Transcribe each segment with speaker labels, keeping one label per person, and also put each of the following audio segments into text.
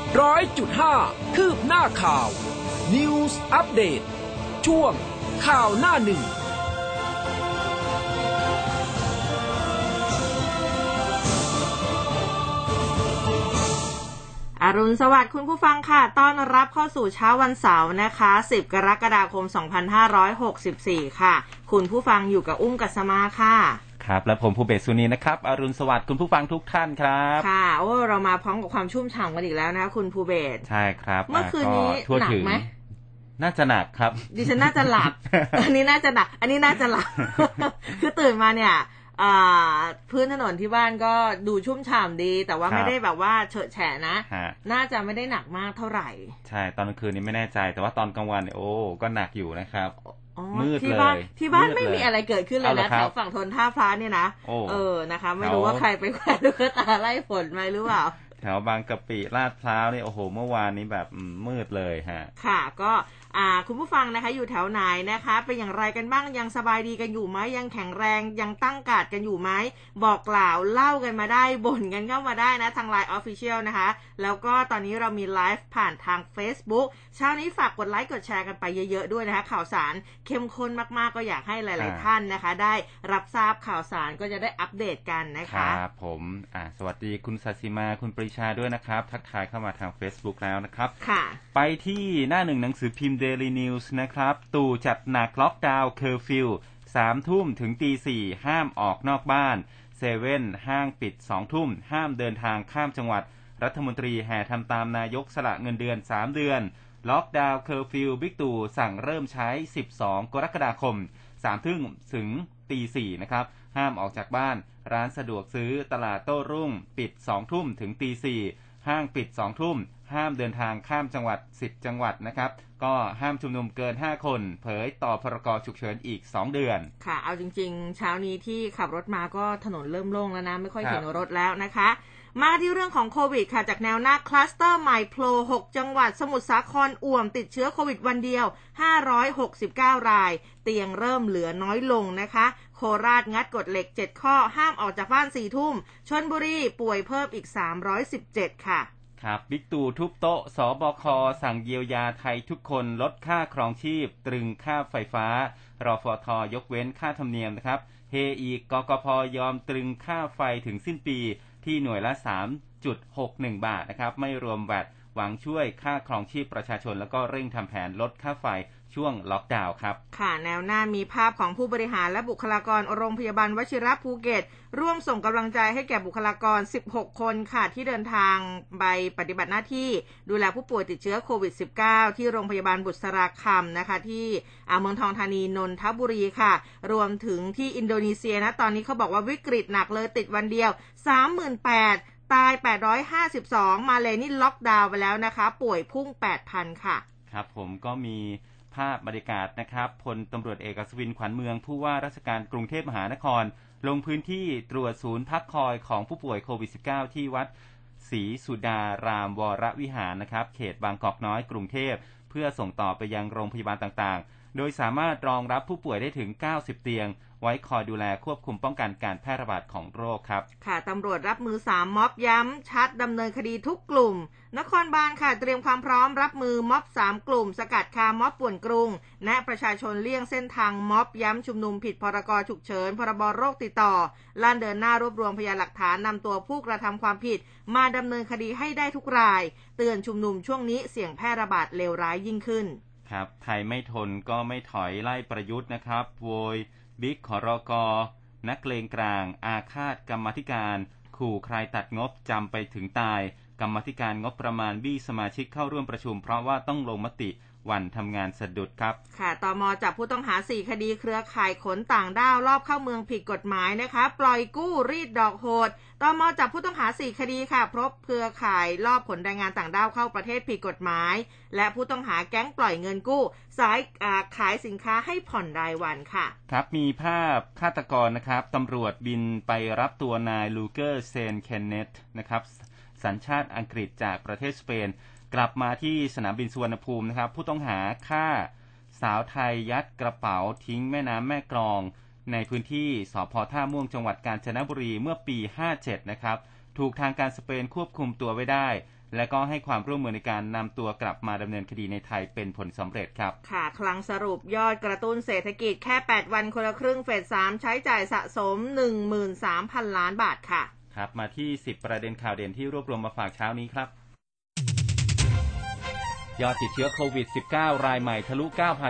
Speaker 1: 100.5 คืบหน้าข่าว News Update ช่วงข่าวหน้าหนึ่ง
Speaker 2: อรุณสวัสดิ์คุณผู้ฟังค่ะต้อนรับเข้าสู่เช้าวันเสาร์นะคะ10กรกฎาคม2564ค่ะคุณผู้ฟังอยู่กับอุ้มกัสมาค่ะ
Speaker 3: ครับและผมภูเบศสุนีนะครับอรุณสวัสดิ์คุณผู้ฟังทุกท่านครับ
Speaker 2: ค่ะโอ้เรามาพร้อมกับความชุ่มฉ่ำกันอีกแล้วนะคุณภูเบศ
Speaker 3: ใช่ครับ
Speaker 2: เมื่อคืนนี้หนักไหม
Speaker 3: น่าจะหนักครับ
Speaker 2: ดิฉันน่าจะหลับ อันนี้น่าจะหนักอันนี้น่าจะหลับ คือตื่นมาเนี่ยพื้นถนนที่บ้านก็ดูชุ่มฉ่ำดีแต่ว่าไม่ได้แบบว่าเฉอะแฉะนะน่าจะไม่ได้หนักมากเท่าไหร่
Speaker 3: ใช่ตอนกลางคืนนี้ไม่แน่ใจแต่ว่าตอนกลางวันโอ้ก็หนักอยู่นะครับมืด
Speaker 2: เลยที่บ้านไม่มีอะไรเกิดขึ้นเลยนะแถวฝั่งทนท่าพระเนี่ยนะนะคะไม่รู้ว่าใครไปแขวนลูกตาไล่ฝนไหมหรือเปล่า
Speaker 3: แถวบางกะปิลาดพร้าวนี่โอ้โหเมื่อวานนี้แบบมืดเลยฮะ
Speaker 2: ค่ะก็คุณผู้ฟังนะคะอยู่แถวไหนนะคะเป็นอย่างไรกันบ้างยังสบายดีกันอยู่ไหมยังแข็งแรงยังตั้งการ์ดกันอยู่ไหมบอกกล่าวเล่ากันมาได้บ่นกันเข้ามาได้นะทาง LINE Official นะคะแล้วก็ตอนนี้เรามีไลฟ์ผ่านทาง Facebook เช้านี้ฝากกดไลค์กดแชร์กันไปเยอะๆด้วยนะคะข่าวสารเข้มข้นมากๆก็อยากให้หลายๆท่านนะคะได้รับทราบข่าวสารก็จะได้อัปเดตกันนะคะ
Speaker 3: ครับผมสวัสดีคุณสัสิมาคุณปรีชาด้วยนะครับทักทายเข้ามาทาง Facebook แล้วนะครับ
Speaker 2: ค่ะ
Speaker 3: ไปที่หน้าหนึ่งหนังสือพิมพ์ Daily News นะครับตู่จัดหนักล็อกดาวน์เคอร์ฟิว 3 ทุ่มถึงตี 4ห้ามออกนอกบ้านเซเว่นห้างปิด 2 ทุ่มห้ามเดินทางข้ามจังหวัดรัฐมนตรีแห่ทำตามนายกสละเงินเดือน 3 เดือนล็อกดาวน์เคอร์ฟิวบิ๊กตู่สั่งเริ่มใช้ 12 กรกฎาคม 3 ทุ่มถึงตี 4นะครับห้ามออกจากบ้านร้านสะดวกซื้อตลาดโต้รุ่งปิด 2 ทุ่มถึงตี 4ห้างปิด 2 ทุ่มห้ามเดินทางข้ามจังหวัด10จังหวัดนะครับก็ห้ามชุมนุมเกิน5คนเผยต่อพรกฉุกเฉินอีก2เดือน
Speaker 2: ค่ะเอาจริงๆเช้านี้ที่ขับรถมาก็ถนนเริ่มโล่งแล้วนะไม่ค่อยเห็นรถแล้วนะคะมาที่เรื่องของโควิดค่ะจากแนวหน้าคลัสเตอร์ใหม่โผล่6จังหวัดสมุทรสาครอ่วมติดเชื้อโควิดวันเดียว569รายเตียงเริ่มเหลือน้อยลงนะคะโคราชงัดกฎเหล็ก7ข้อห้ามออกจากบ้าน4ทุ่มชลบุรีป่วยเพิ่มอีก317ค่ะ
Speaker 3: ครับบิ๊กตู่ทุบโต๊ะสบคสั่งเยียวยาไทยทุกคนลดค่าครองชีพตรึงค่าไฟฟ้ารฟท.ยกเว้นค่าธรรมเนียมนะครับเฮอีกกกพ.ยอมตรึงค่าไฟถึงสิ้นปีที่หน่วยละ 3.61 บาทนะครับไม่รวมแวตหวังช่วยค่าครองชีพประชาชนแล้วก็เร่งทำแผนลดค่าไฟช่วงล็อกดาวน์ครับ
Speaker 2: ค่ะแนวหน้ามีภาพของผู้บริหารและบุคลากรโรงพยาบาลวชิระภูเก็ตร่วมส่งกำลังใจให้แก่บุคลากร16คนค่ะที่เดินทางไปปฏิบัติหน้าที่ดูแลผู้ป่วยติดเชื้อโควิด -19 ที่โรงพยาบาลบุษราคำนะคะที่เมืองทองธานีนนทบุรีค่ะรวมถึงที่อินโดนีเซียนะตอนนี้เขาบอกว่าวิกฤตหนักเลยติดวันเดียว 38,000 ตาย852มาเลยนี่ล็อกดาวน์ไปแล้วนะคะป่วยพุ่ง 8,000 ค่ะ
Speaker 3: ครับผมก็มีภาพบรรยากาศนะครับพลตำรวจเอกอัศวินขวัญเมืองผู้ว่าราชการกรุงเทพมหานครลงพื้นที่ตรวจศูนย์พักคอยของผู้ป่วยโควิด -19 ที่วัดศรีสุดารามวรวิหารนะครับเขตบางกอกน้อยกรุงเทพเพื่อส่งต่อไปยังโรงพยาบาลต่างๆโดยสามารถรองรับผู้ป่วยได้ถึง90เตียงไว้คอยดูแลควบคุมป้องกันการแพร่ระบาดของโรคครับ
Speaker 2: ค่ะตำรวจรับมือ3ม็อบย้ำชัดดำเนินคดีทุกกลุ่มนครบาลค่ะเตรียมความพร้อมรับมือม็อบ3กลุ่มสกัดคาม็อบป่วนกรุงแนะประชาชนเลี่ยงเส้นทางม็อบย้ำชุมนุมผิดพรกฉุกเฉินพรบโรคติดต่อลั่นเดินหน้ารวบรวมพยานหลักฐานนำตัวผู้กระทำความผิดมาดำเนินคดีให้ได้ทุกรายเตือนชุมนุมช่วงนี้เสี่ยงแพร่ระบาดเลวร้ายยิ่งขึ้น
Speaker 3: ครับไทยไม่ทนก็ไม่ถอยไล่ประยุทธ์นะครับโวยบิ๊กขรกนักเลงกลางอาฆาตกรรมาธิการขู่ใครตัดงบจำไปถึงตายกรรมาธิการงบประมาณบี้สมาชิกเข้าร่วมประชุมเพราะว่าต้องลงมติวันทำงานสะดุดครับ
Speaker 2: ค่ะตม.จับผู้ต้องหา4คดีเครือข่ายขนต่างด้าวลอบเข้าเมืองผิดกฎหมายนะคะปล่อยกู้รีดดอกโหดตม.จับผู้ต้องหา4คดีค่ะพบเครือข่ายลอบขนแรงงานต่างด้าวเข้าประเทศผิดกฎหมายและผู้ต้องหาแก๊งปล่อยเงินกู้สายขายสินค้าให้ผ่อนรายวันค่ะ
Speaker 3: ครับมีภาพฆาตกรนะครับตำรวจบินไปรับตัวนายลูเกอร์เซนเคนเนตนะครับสัญชาติอังกฤษจากประเทศสเปนกลับมาที่สนามบินสุวรรณภูมินะครับผู้ต้องหาฆ่าสาวไทยยัดกระเป๋าทิ้งแม่น้ำแม่กลองในพื้นที่สภ.ท่าม่วงจังหวัดกาญจนบุรีเมื่อปี57นะครับถูกทางการสเปนควบคุมตัวไว้ได้และก็ให้ความร่วมมือในการนำตัวกลับมาดำเนินคดีในไทยเป็นผลสำเร็จครับ
Speaker 2: ค่ะคลังสรุปยอดกระตุ้นเศรษฐกิจแค่8วันคนละครึ่งเฟส3ใช้จ่ายสะสม 13,000 ล้านบาทค่ะ
Speaker 3: ครับมาที่10ประเด็นข่าวเด่นที่รวบรวมมาฝากเช้านี้ครับยอดติดเชื้อโควิด -19 รายใหม่ทะลุ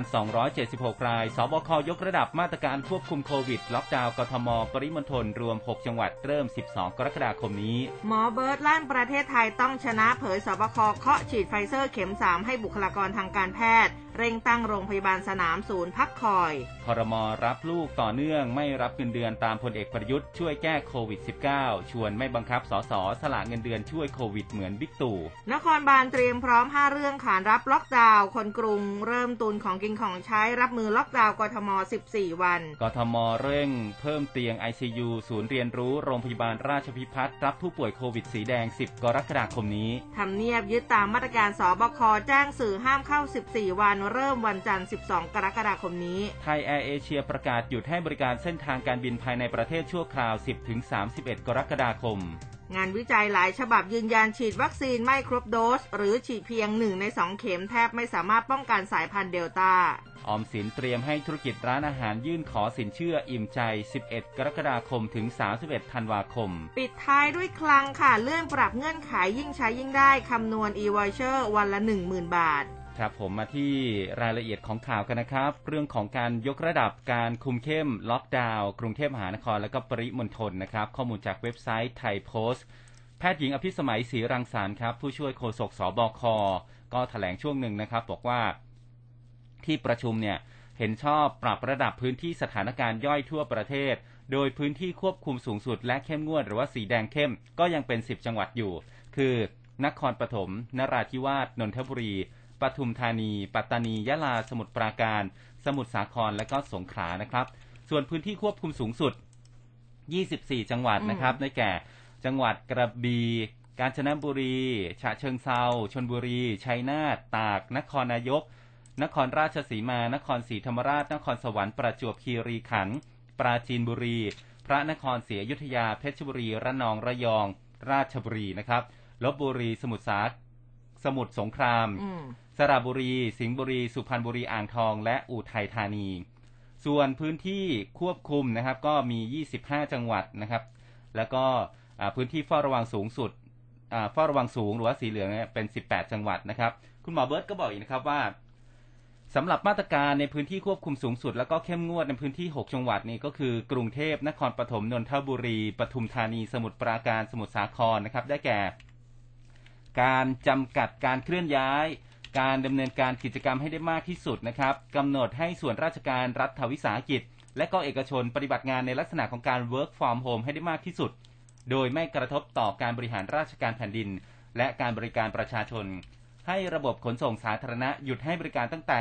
Speaker 3: 9,276 รายสบคยกระดับมาตรการควบคุมโควิดล็อกดาวน์กทมปริมณฑลรวม6จังหวัดเริ่ม12กรกฎาคมนี้
Speaker 2: หมอเบิร์ตลั่นประเทศไทยต้องชนะเผยสบคเคาะฉีดไฟเซอร์เข็ม3ให้บุคลากรทางการแพทย์เร่งตั้งโรงพยาบาลสนามศูนย์พักคอย
Speaker 3: ครม.รับลูกต่อเนื่องไม่รับเงินเดือนตามพลเอกประยุทธ์ช่วยแก้โควิด -19 ชวนไม่บังคับสสสละเงินเดือนช่วยโควิดเหมือนบิ๊กตู่
Speaker 2: นครบาลเตรียมพร้อม5เรื่องขานรับล็อกดาวน์คนกรุงเริ่มตุนของกินของใช้รับมือล็อกดาวน์กทม14วัน
Speaker 3: กทมเร่งเพิ่มเตียง ICU ศูนย์เรียนรู้โรงพยาบาลราชภิพัฒน์รับผู้ป่วยโควิดสีแดง10กรกฎาคมนี้
Speaker 2: ทำเนียบยึดตามมาตรการสบคแจ้งสื่อห้ามเข้า14วันเริ่มวันจันทร์12กรกฎาคมนี้
Speaker 3: ไทยแอร์เอเชียประกาศหยุดให้บริการเส้นทางการบินภายในประเทศชั่วคราว 10-31 กรกฎาคม
Speaker 2: งานวิจัยหลายฉบับยืนยันฉีดวัคซีนไม่ครบโดสหรือฉีดเพียง1ใน2เข็มแทบไม่สามารถป้องกันสายพันธุ์เดลต้า
Speaker 3: ออมสินเตรียมให้ธุรกิจร้านอาหารยื่นขอสินเชื่ออิ่มใจ11กรกฎาคมถึง31ธันวาคม
Speaker 2: ปิดท้ายด้วยคลังค่ะเลื่อนปรับเงื่อนไขยิ่งใช้ยิ่งได้คำนวณ e-voucher วันละ 10,000 บาท
Speaker 3: ครับผมมาที่รายละเอียดของข่าวกันนะครับเรื่องของการยกระดับการคุมเข้มล็อกดาวน์กรุงเทพมหานครและก็ปริมณฑลนะครับข้อมูลจากเว็บไซต์ไทยโพสต์แพทย์หญิงอภิสมัยศรีรังสรรค์ครับผู้ช่วยโฆษกสบคก็แถลงช่วงหนึ่งนะครับบอกว่าที่ประชุมเนี่ยเห็นชอบปรับระดับพื้นที่สถานการณ์ย่อยทั่วประเทศโดยพื้นที่ควบคุมสูงสุดและเข้มงวดหรือว่าสีแดงเข้มก็ยังเป็น10จังหวัดอยู่คือนครปฐมนราธิวาสนนทบุรีปทุมธานีปัตตานียะลาสมุทรปราการสมุทรสาครและก็สงขลานะครับส่วนพื้นที่ควบคุมสูงสุด24จังหวัดนะครับได้แก่จังหวัดกระบี่กาญจนบุรีฉะเชิงเทราชลบุรีชัยนาทตากนครนายกนครราชสีมานครศรีธรรมราชนครสวรรค์ประจวบคีรีขันธ์ปราจีนบุรีพระนครศรีอยุธยาเพชรบุรีระนองระยองราชบุรีนะครับลพบุรีสมุทรสงครามสระบุรีสิงห์บุรีสุพรรณบุรีอ่างทองและอุทัยธานีส่วนพื้นที่ควบคุมนะครับก็มี25จังหวัดนะครับแล้วก็พื้นที่เฝ้าระวังสูงสุดเฝ้าระวังสูงหรือว่าสีเหลืองเนี่ยเป็น18จังหวัดนะครับคุณหมอเบิร์ตก็บอกอีกนะครับว่าสำหรับมาตรการในพื้นที่ควบคุมสูงสุดแล้วก็เข้มงวดในพื้นที่6จังหวัดนี้ก็คือกรุงเทพนครปฐมนนทบุรีปทุมธานีสมุทรปราการสมุทรสาครนะครับได้แก่การจำกัดการเคลื่อนย้ายการดำเนินการกิจกรรมให้ได้มากที่สุดนะครับกำหนดให้ส่วนราชการรัฐวิสาหกิจและก็เอกชนปฏิบัติงานในลักษณะของการ work from home ให้ได้มากที่สุดโดยไม่กระทบต่อการบริหารราชการแผ่นดินและการบริการประชาชนให้ระบบขนส่งสาธารณะหยุดให้บริการตั้งแต่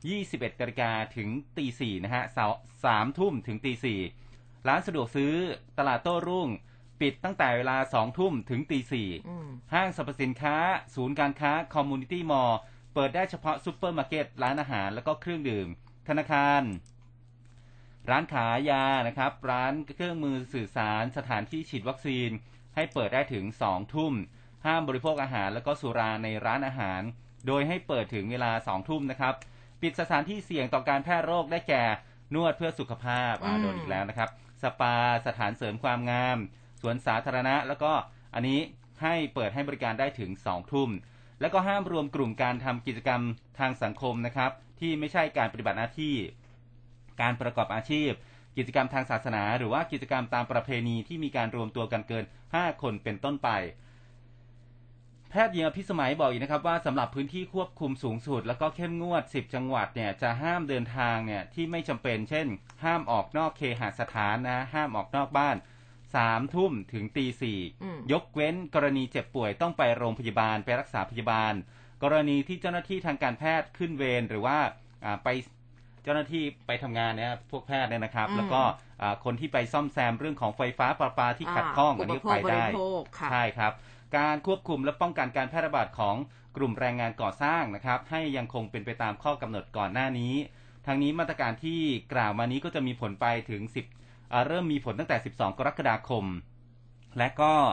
Speaker 3: 21 นาฬิกาถึงตี 4นะฮะ3 ทุ่มถึงตี 4ร้านสะดวกซื้อตลาดโต้รุ่งปิดตั้งแต่เวลา 2 ทุ่มถึงตี 4ห้างสรรพสินค้าศูนย์การค้าคอมมูนิตี้มอลล์เปิดได้เฉพาะซุปเปอร์มาร์เก็ตร้านอาหารแล้วก็เครื่องดื่มธนาคารร้านขายยานะครับร้านเครื่องมือสื่อสารสถานที่ฉีดวัคซีนให้เปิดได้ถึง 2 ทุ่มห้ามบริโภคอาหารแล้วก็สุราในร้านอาหารโดยให้เปิดถึงเวลา 2 ทุ่มนะครับปิดสถานที่เสี่ยงต่อการแพร่โรคได้แก่นวดเพื่อสุขภาพโดนอีกแล้วนะครับสปาสถานเสริมความงามสวนสาธารณะแล้วก็อันนี้ให้เปิดให้บริการได้ถึง 2 ทุ่มแล้วก็ห้ามรวมกลุ่มการทำกิจกรรมทางสังคมนะครับที่ไม่ใช่การปฏิบัติหน้าที่การประกอบอาชีพกิจกรรมทางศาสนาหรือว่ากิจกรรมตามประเพณีที่มีการรวมตัวกันเกิน5คนเป็นต้นไปแพทย์หญิงอภิสมัยบอกอีกนะครับว่าสำหรับพื้นที่ควบคุมสูงสุดแล้วก็เข้มงวด10จังหวัดเนี่ยจะห้ามเดินทางเนี่ยที่ไม่จำเป็นเช่นห้ามออกนอกเคหสถานนะห้ามออกนอกบ้าน3 ทุ่มถึงตี 4ยกเว้นกรณีเจ็บป่วยต้องไปโรงพยาบาลไปรักษาพยาบาลกรณีที่เจ้าหน้าที่ทางการแพทย์ขึ้นเวรหรือว่าไปเจ้าหน้าที่ไปทำงานเนี่ยพวกแพทย์เนี่ยนะครับแล้วก็คนที่ไปซ่อมแซมเรื่องของไฟฟ้าประปาที่ขัดข้องอันนี้ไปได้ใช่ครับการควบคุมและป้องกันการแพร่ระบาดของกลุ่มแรงงานก่อสร้างนะครับให้ยังคงเป็นไปตามข้อกำหนดก่อนหน้านี้ทั้งนี้มาตรการที่กล่าวมานี้ก็จะมีผลไปถึงเริ่มมีผลตั้งแต่12กรกฎาคมและก็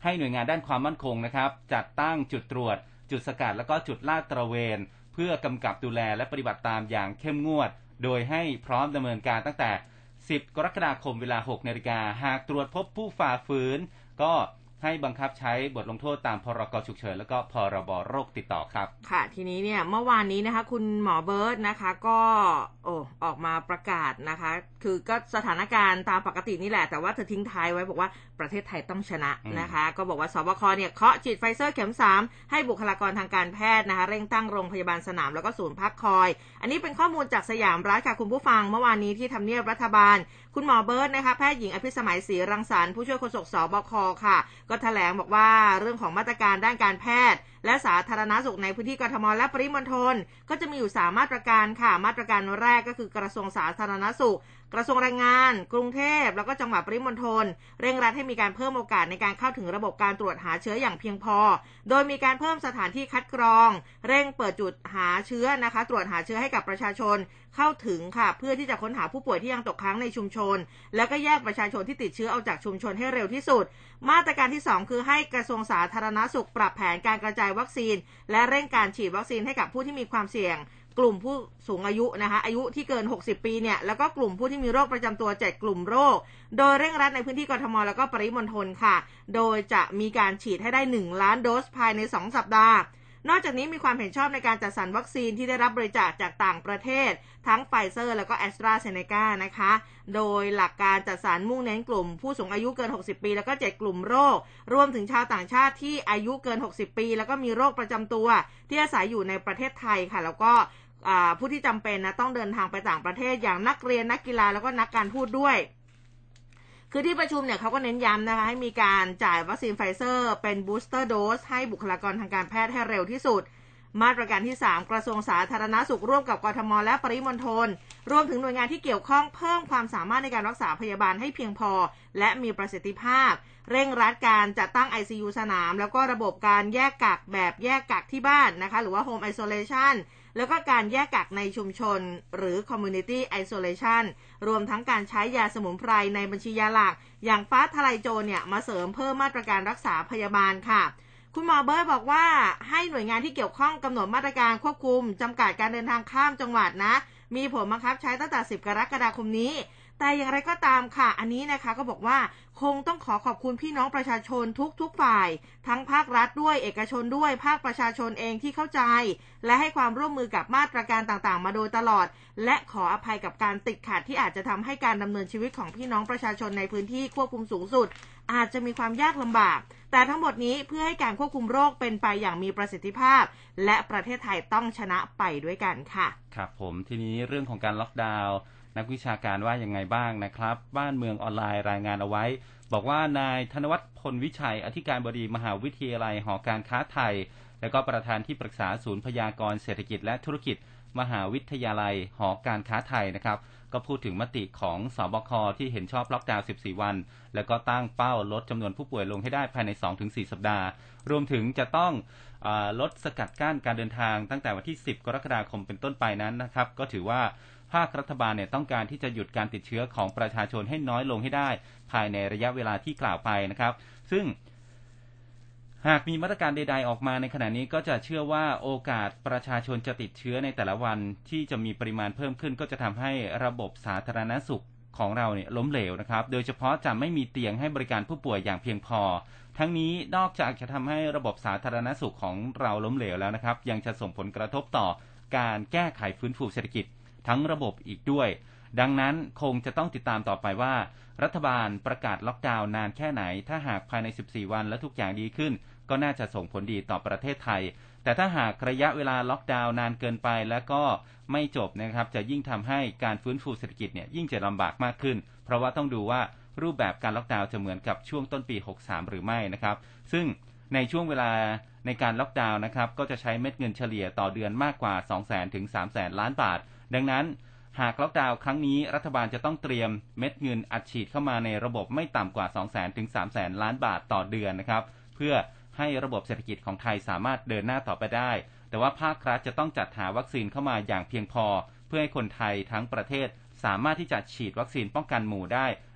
Speaker 3: ให้หน่วยงานด้านความมั่นคงนะครับจัดตั้งจุดตรวจจุดสกัดแล้วก็จุดลาดตระเวนเพื่อกำกับดูแลและปฏิบัติตามอย่างเข้มงวดโดยให้พร้อมดำเนินการตั้งแต่10 กรกฎาคมเวลา 6 นาฬิกาหากตรวจพบผู้ฝ่าฝืนก็ให้บังคับใช้บทลงโทษตามพรก.ฉุกเฉินแล้วก็พรบ.โรคติดต่อครับ
Speaker 2: ค่ะทีนี้เนี่ยเมื่อวานนี้นะคะคุณหมอเบิร์ตนะคะก็ออกมาประกาศนะคะคือก็สถานการณ์ตามปกตินี่แหละแต่ว่าเธอทิ้งท้ายไว้บอกว่าประเทศไทยต้องชนะนะคะก็บอกว่าสบคเนี่ยเคาะฉีดไฟเซอร์เข็ม3ให้บุคลากรทางการแพทย์นะคะเร่งตั้งโรงพยาบาลสนามแล้วก็ศูนย์พักคอยอันนี้เป็นข้อมูลจากสยามรัฐค่ะคุณผู้ฟังเมื่อวานนี้ที่ทำเนียบรัฐบาลคุณหมอเบิร์ตนะคะแพทย์หญิงอภิสมัยศรีรังสรรค์ผู้ช่วยโฆษกสบคค่ะก็แถลงบอกว่าเรื่องของมาตรการด้านการแพทย์และสาธารณสุขในพื้นที่กทมและปริมณฑลก็จะมีอยู่3มาตรการค่ะมาตรการแรกก็คือกระทรวงสาธารณสุขกระทรวงแรงงานกรุงเทพแล้วก็จังหวัดปริมณฑลเร่งรัดให้มีการเพิ่มโอกาสในการเข้าถึงระบบการตรวจหาเชื้ออย่างเพียงพอโดยมีการเพิ่มสถานที่คัดกรองเร่งเปิดจุดหาเชื้อนะคะตรวจหาเชื้อให้กับประชาชนเข้าถึงค่ะเพื่อที่จะค้นหาผู้ป่วยที่ยังตกค้างในชุมชนแล้วก็แยกประชาชนที่ติดเชื้อออกจากชุมชนให้เร็วที่สุดมาตรการที่2คือให้กระทรวงสาธารณสุขปรับแผนการกระจายวัคซีนและเร่งการฉีดวัคซีนให้กับผู้ที่มีความเสี่ยงกลุ่มผู้สูงอายุนะคะอายุที่เกิน60ปีเนี่ยแล้วก็กลุ่มผู้ที่มีโรคประจำตัว7กลุ่มโรคโดยเร่งรัดในพื้นที่กทมแล้วก็ปริมณฑลค่ะโดยจะมีการฉีดให้ได้1ล้านโดสภายใน2สัปดาห์นอกจากนี้มีความเห็นชอบในการจัดสรรวัคซีนที่ได้รับบริจาคจากต่างประเทศทั้งไฟเซอร์แล้วก็แอสตราเซเนกานะคะโดยหลักการจัดสรรมุ่งเน้นกลุ่มผู้สูงอายุเกิน60ปีแล้วก็7กลุ่มโรครวมถึงชาวต่างชาติที่อายุเกิน60ปีแล้วก็มีโรคประจำตัวที่อาศัยอยู่ในประเทศไทยค่ะแล้วก็ผู้ที่จำเป็นนะต้องเดินทางไปต่างประเทศอย่างนักเรียนนักกีฬาแล้วก็นักการทูตด้วยคือที่ประชุมเนี่ยเขาก็เน้นย้ำนะคะให้มีการจ่ายวัคซีนไฟเซอร์เป็นบูสเตอร์โดสให้บุคลากรทางการแพทย์ให้เร็วที่สุดมาตรการที่3กระทรวงสาธารณสุขร่วมกับกทมและปริมณฑลรวมถึงหน่วยงานที่เกี่ยวข้องเพิ่มความสามารถในการรักษาพยาบาลให้เพียงพอและมีประสิทธิภาพเร่งรัดการจัดตั้ง ICU สนามแล้วก็ระบบการแยกกักแบบแยกกักที่บ้านนะคะหรือว่า Home Isolation แล้วก็การแยกกักในชุมชนหรือ Community Isolation รวมทั้งการใช้ยาสมุนไพรในบัญชียาหลักอย่างฟ้าทลายโจรเนี่ยมาเสริมเพิ่มมาตรการรักษาพยาบาลค่ะคุณหมอเบิร์ตบอกว่าให้หน่วยงานที่เกี่ยวข้องกำหนดมาตรการควบคุมจำกัดการเดินทางข้ามจังหวัดนะมีผลบังคับใช้ตั้งแต่10 กรกฎาคมนี้แต่อย่างไรก็ตามค่ะอันนี้นะคะก็บอกว่าคงต้องขอบคุณพี่น้องประชาชนทุกฝ่ายทั้งภาครัฐด้วยเอกชนด้วยภาคประชาชนเองที่เข้าใจและให้ความร่วมมือกับมาตรการต่างๆมาโดยตลอดและขออภัยกับการติดขัดที่อาจจะทำให้การดำเนินชีวิตของพี่น้องประชาชนในพื้นที่ควบคุมสูงสุดอาจจะมีความยากลำบากแต่ทั้งหมดนี้เพื่อให้การควบคุมโรคเป็นไปอย่างมีประสิทธิภาพและประเทศไทยต้องชนะไปด้วยกันค่ะ
Speaker 3: ครับผมทีนี้เรื่องของการล็อกดาวน์นักวิชาการว่ายังไงบ้างนะครับบ้านเมืองออนไลน์รายงานเอาไว้บอกว่านายธนวัฒน์พลวิชัยอธิการบดีมหาวิทยาลัยหอการค้าไทยและก็ประธานที่ปรึกษาศูนย์พยากรณ์เศรษฐกิจและธุรกิจมหาวิทยาลัยหอการค้าไทยนะครับก็พูดถึงมติของสบคที่เห็นชอบล็อกดาวน์14 วันแล้วก็ตั้งเป้าลดจำนวนผู้ป่วยลงให้ได้ภายใน 2-4 สัปดาห์รวมถึงจะต้องลดสกัดกั้นการเดินทางตั้งแต่วันที่10 กรกฎาคมเป็นต้นไปนั้นนะครับก็ถือว่าภาครัฐบาลเนี่ยต้องการที่จะหยุดการติดเชื้อของประชาชนให้น้อยลงให้ได้ภายในระยะเวลาที่กล่าวไปนะครับซึ่งหากมีมาตรการใดๆออกมาในขณะนี้ก็จะเชื่อว่าโอกาสประชาชนจะติดเชื้อในแต่ละวันที่จะมีปริมาณเพิ่มขึ้นก็จะทำให้ระบบสาธารณสุขของเราเนี่ยล้มเหลวนะครับโดยเฉพาะจะไม่มีเตียงให้บริการผู้ป่วยอย่างเพียงพอทั้งนี้นอกจากจะทำให้ระบบสาธารณสุขของเราล้มเหลวแล้วนะครับยังจะส่งผลกระทบต่อการแก้ไขฟื้นฟูเศรษฐกิจทั้งระบบอีกด้วยดังนั้นคงจะต้องติดตามต่อไปว่ารัฐบาลประกาศล็อกดาวน์นานแค่ไหนถ้าหากภายใน14 วันและทุกอย่างดีขึ้นก็น่าจะส่งผลดีต่อประเทศไทยแต่ถ้าหากระยะเวลาล็อกดาวน์นานเกินไปแล้วก็ไม่จบนะครับจะยิ่งทำให้การฟื้นฟูเศรษฐกิจเนี่ยยิ่งจะลำบากมากขึ้นเพราะว่าต้องดูว่ารูปแบบการล็อกดาวน์จะเหมือนกับช่วงต้นปี63หรือไม่นะครับซึ่งในช่วงเวลาในการล็อกดาวน์นะครับก็จะใช้เม็ดเงินเฉลี่ยต่อเดือนมากกว่า 200,000 ถึง 300,000 ล้านบาทดังนั้นหากล็อกดาวน์ครั้งนี้รัฐบาลจะต้องเตรียมเม็ดเงินอัดฉีดเข้ามาในระบบไม่ต่ำกว่า 200,000 ถึง 300,000 ล้านบาทต่อเดือนนะครับเพื่อให้ระบบเศรษฐกิจของไทยสามารถเดินหน้าต่อไปได้แต่ว่าภาครัฐจะต้องจัดหาวัคซีนเข้ามาอย่างเพียงพอเพื่อให้คนไทยทั้งประเทศสามารถที่จะฉีดวัคซีนป้องกันหมู่ได้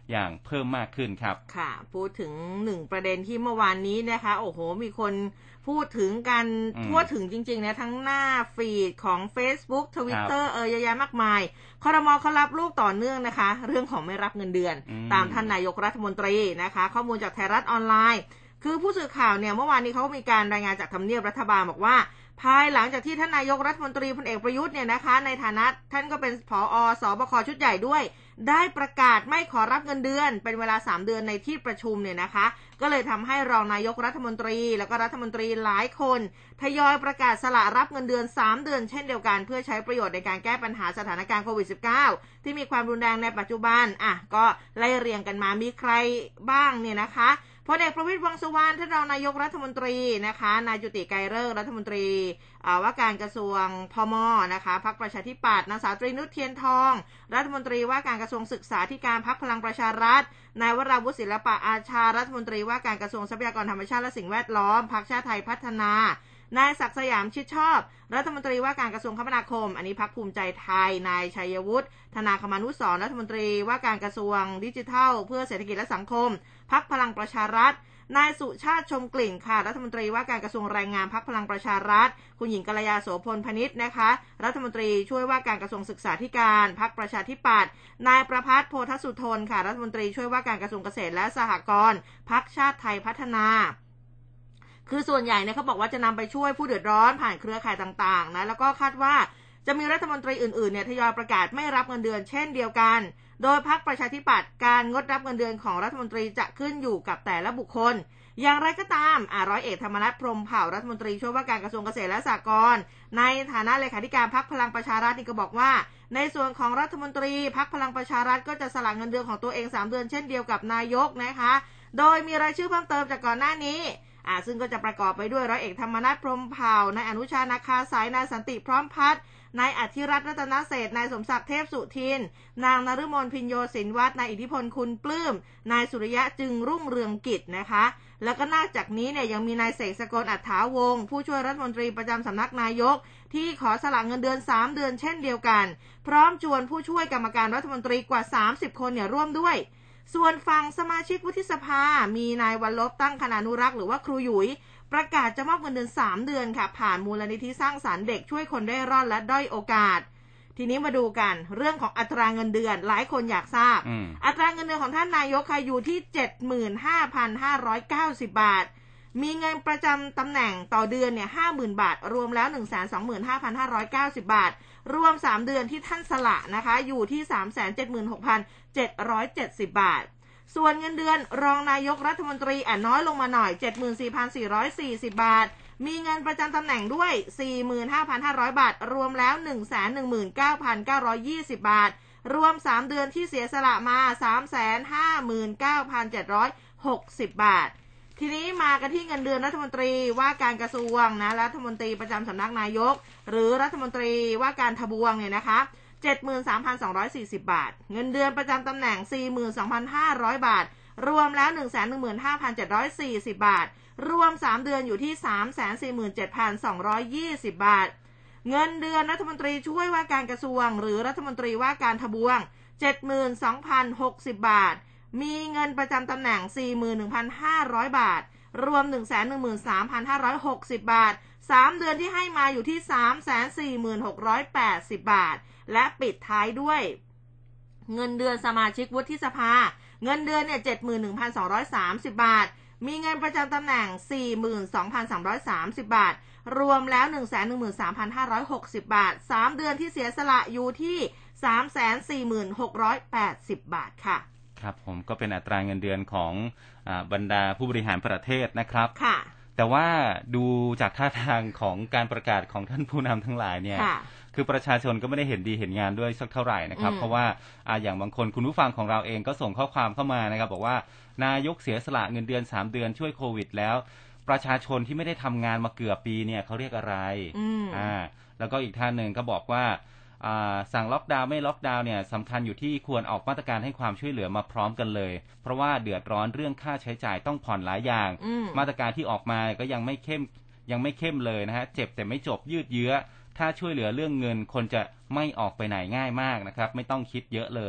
Speaker 3: อย่างเพิ่มมากขึ้นครับ
Speaker 2: ค่ะพูดถึง1ประเด็นที่เมื่อวานนี้นะคะโอ้โหมีคนพูดถึงกันทั่วถึงจริงๆนะทั้งหน้าฟีดของ Facebook Twitter เยอะแยะมากมายครม.เขารับลูกต่อเนื่องนะคะเรื่องของไม่รับเงินเดือนตามท่านนายกรัฐมนตรีนะคะข้อมูลจากไทยรัฐออนไลน์คือผู้สื่อข่าวเนี่ยเมื่อวานนี้เขามีการรายงานจากทำเนียบรัฐบาลบอกว่าภายหลังจากที่ท่านนายกรัฐมนตรีพลเอกประยุทธ์เนี่ยนะคะในฐานะท่านก็เป็นผอ.สบค.ชุดใหญ่ด้วยได้ประกาศไม่ขอรับเงินเดือนเป็นเวลา3เดือนในที่ประชุมเนี่ยนะคะก็เลยทำให้รองนายกรัฐมนตรีแล้วก็รัฐมนตรีหลายคนทยอยประกาศสละรับเงินเดือน3เดือนเช่นเดียวกันเพื่อใช้ประโยชน์ในการแก้ปัญหาสถานการณ์โควิด -19 ที่มีความรุนแรงในปัจจุบันก็ไล่เรียงกันมามีใครบ้างเนี่ยนะคะพลเอกประวิตร วงษ์สุวรรณท่านรองนายกรัฐมนตรีนะคะนายจุติไกรฤกษ์รัฐมนตรีว่าการกระทรวงพม.นะคะพรรคประชาธิปัตย์นางสาวตรีนุชเทียนทองรัฐมนตรีว่าการกระทรวงศึกษาธิการพรรคพลังประชารัฐนายวราวุฒิศิลปะอาชารัฐมนตรีว่าการกระทรวงทรัพยากรธรรมชาติและสิ่งแวดล้อมพรรคชาติไทยพัฒนานายศักดิ์สยามชิดชอบรัฐมนตรีว่าการกระทรวงคมนาคมอันนี้พรรคภูมิใจไทยนายชัยวุฒิธนาคมานุสรณ์รัฐมนตรีว่าการกระทรวงดิจิทัลเพื่อเศรษฐกิจและสังคมพรรคพลังประชารัฐนายสุชาติชมกลิ่นค่ะรัฐมนตรีว่าการกระทรวงแรงงานพรรคพลังประชารัฐคุณหญิงกัลยาโสพลพนิชนะคะรัฐมนตรีช่วยว่าการกระทรวงศึกษาธิการพรรคประชาธิปัตย์นายประภัสโพธสุทนค่ะรัฐมนตรีช่วยว่าการกระทรวงเกษตรและสหกรณ์พรรคชาติไทยพัฒนาคือส่วนใหญ่เนี่ยเขาบอกว่าจะนำไปช่วยผู้เดือดร้อนผ่านเครือข่ายต่างๆนะแล้วก็คาดว่าจะมีรัฐมนตรีอื่นๆเนี่ยทยอยประกาศไม่รับเงินเดือนเช่นเดียวกันโดยพรรคประชาธิปัตย์การงดรับเงินเดือนของรัฐมนตรีจะขึ้นอยู่กับแต่ละบุคคลอย่างไรก็ตามร้อยเอกธรรมนัสพรหมเผ่ารัฐมนตรีช่วยว่าการกระทรวงเกษตรและสหกรณ์ในฐานะเลขาธิการพรรคพลังประชารัฐนี่ก็บอกว่าในส่วนของรัฐมนตรีพรรคพลังประชารัฐก็จะสละเงินเดือนของตัวเอง3เดือนเช่นเดียวกับนายกนะคะโดยมีรายชื่อเพิ่มเติมจากก่อนหน้านี้ซึ่งก็จะประกอบไปด้วยร้อยเอกธรรมนัสพรหมเผ่านายอนุชานาคาสายนายสันติพร้อมพัฒน์นายอธิรัตน์รัตนเศรษฐ์นายสมศักดิ์เทพสุทินนางนฤมลพิญโยศินวัฒน์นายอิทธิพลคุณปลื้มนายสุริยะจึงรุ่งเรืองกิจนะคะแล้วก็นอกจากนี้เนี่ยยังมีนายเสกสกลอัฏฐาวงศ์ผู้ช่วยรัฐมนตรีประจำสำนักนายกที่ขอสละเงินเดือน3เดือนเช่นเดียวกันพร้อมชวนผู้ช่วยกรรมการรัฐมนตรีกว่า30คนเนี่ยร่วมด้วยส่วนฝั่งสมาชิกวุฒิสภามีนายวัลลบตั้งคณานุรักษ์หรือว่าครูหยุยประกาศจะมอบเงินเดือน3เดือนค่ะผ่านมูลนิธิสร้างสรรค์เด็กช่วยคนได้รอดและด้อยโอกาสทีนี้มาดูกันเรื่องของอัตราเงินเดือนหลายคนอยากทราบอัตราเงินเดือนของท่านนายกค่ะอยู่ที่ 75,590 บาทมีเงินประจำตำแหน่งต่อเดือนเนี่ย 50,000 บาทรวมแล้ว 125,590 บาทรวม3เดือนที่ท่านสละนะคะอยู่ที่ 376,770 บาทส่วนเงินเดือนรองนายกรัฐมนตรีน้อยลงมาหน่อย 74,440 บาทมีเงินประจำตำแหน่งด้วย 45,500 บาทรวมแล้ว 119,920 บาทรวม3เดือนที่เสียสละมา 359,760 บาททีนี้มากันที่เงินเดือนรัฐมนตรีว่าการกระทรวงนะรัฐมนตรีประจำสำนักนายกหรือรัฐมนตรีว่าการทบวงเนี่ยนะคะ 73,240 บาทเงินเดือนประจำตำแหน่ง 42,500 บาทรวมแล้ว 115,740 บาทรวม3เดือนอยู่ที่ 347,220 บาทเงินเดือนรัฐมนตรีช่วยว่าการกระทรวงหรือรัฐมนตรีว่าการทบวง 72,060 บาทมีเงินประจำตำแหน่ง 41,500 บาทรวม 113,560 บาท3เดือนที่ให้มาอยู่ที่ 346,80 บาทและปิดท้ายด้วยเงินเดือนสมาชิกวุฒิสภาเงินเดือนเนี่ย 71,230 บาทมีเงินประจำตำแหน่ง 42,330 บาทรวมแล้ว 113,560 บาท3เดือนที่เสียสละอยู่ที่ 346,80 บาทค่ะ
Speaker 3: ครับผมก็เป็นอัตราเงินเดือนของบรรดาผู้บริหารประเทศนะครับ
Speaker 2: ค่ะ
Speaker 3: แต่ว่าดูจากท่าทางของการประกาศของท่านผู้นำทั้งหลายเนี่ยคือประชาชนก็ไม่ได้เห็นดีเห็นงานด้วยสักเท่าไหร่นะครับเพราะว่าอย่างบางคนคุณผู้ฟังของเราเองก็ส่งข้อความเข้ามานะครับบอกว่านายกเสียสละเงินเดือน3เดือนช่วยโควิดแล้วประชาชนที่ไม่ได้ทำงานมาเกือบปีเนี่ยเขาเรียกอะไรแล้วก็อีกท่านหนึ่งก็บอกว่าสั่งล็อกดาวน์ไม่ล็อกดาวน์เนี่ยสำคัญอยู่ที่ควรออกมาตรการให้ความช่วยเหลือมาพร้อมกันเลยเพราะว่าเดือดร้อนเรื่องค่าใช้จ่ายต้องผ่อนหลายอย่างมาตรการที่ออกมาก็ยังไม่เข้มเลยนะฮะเจ็บแต่ไม่จบยืดเยื้อถ้าช่วยเหลือเรื่องเงินคนจะไม่ออกไปไหนง่ายมากนะครับไม่ต้องคิดเยอะเลย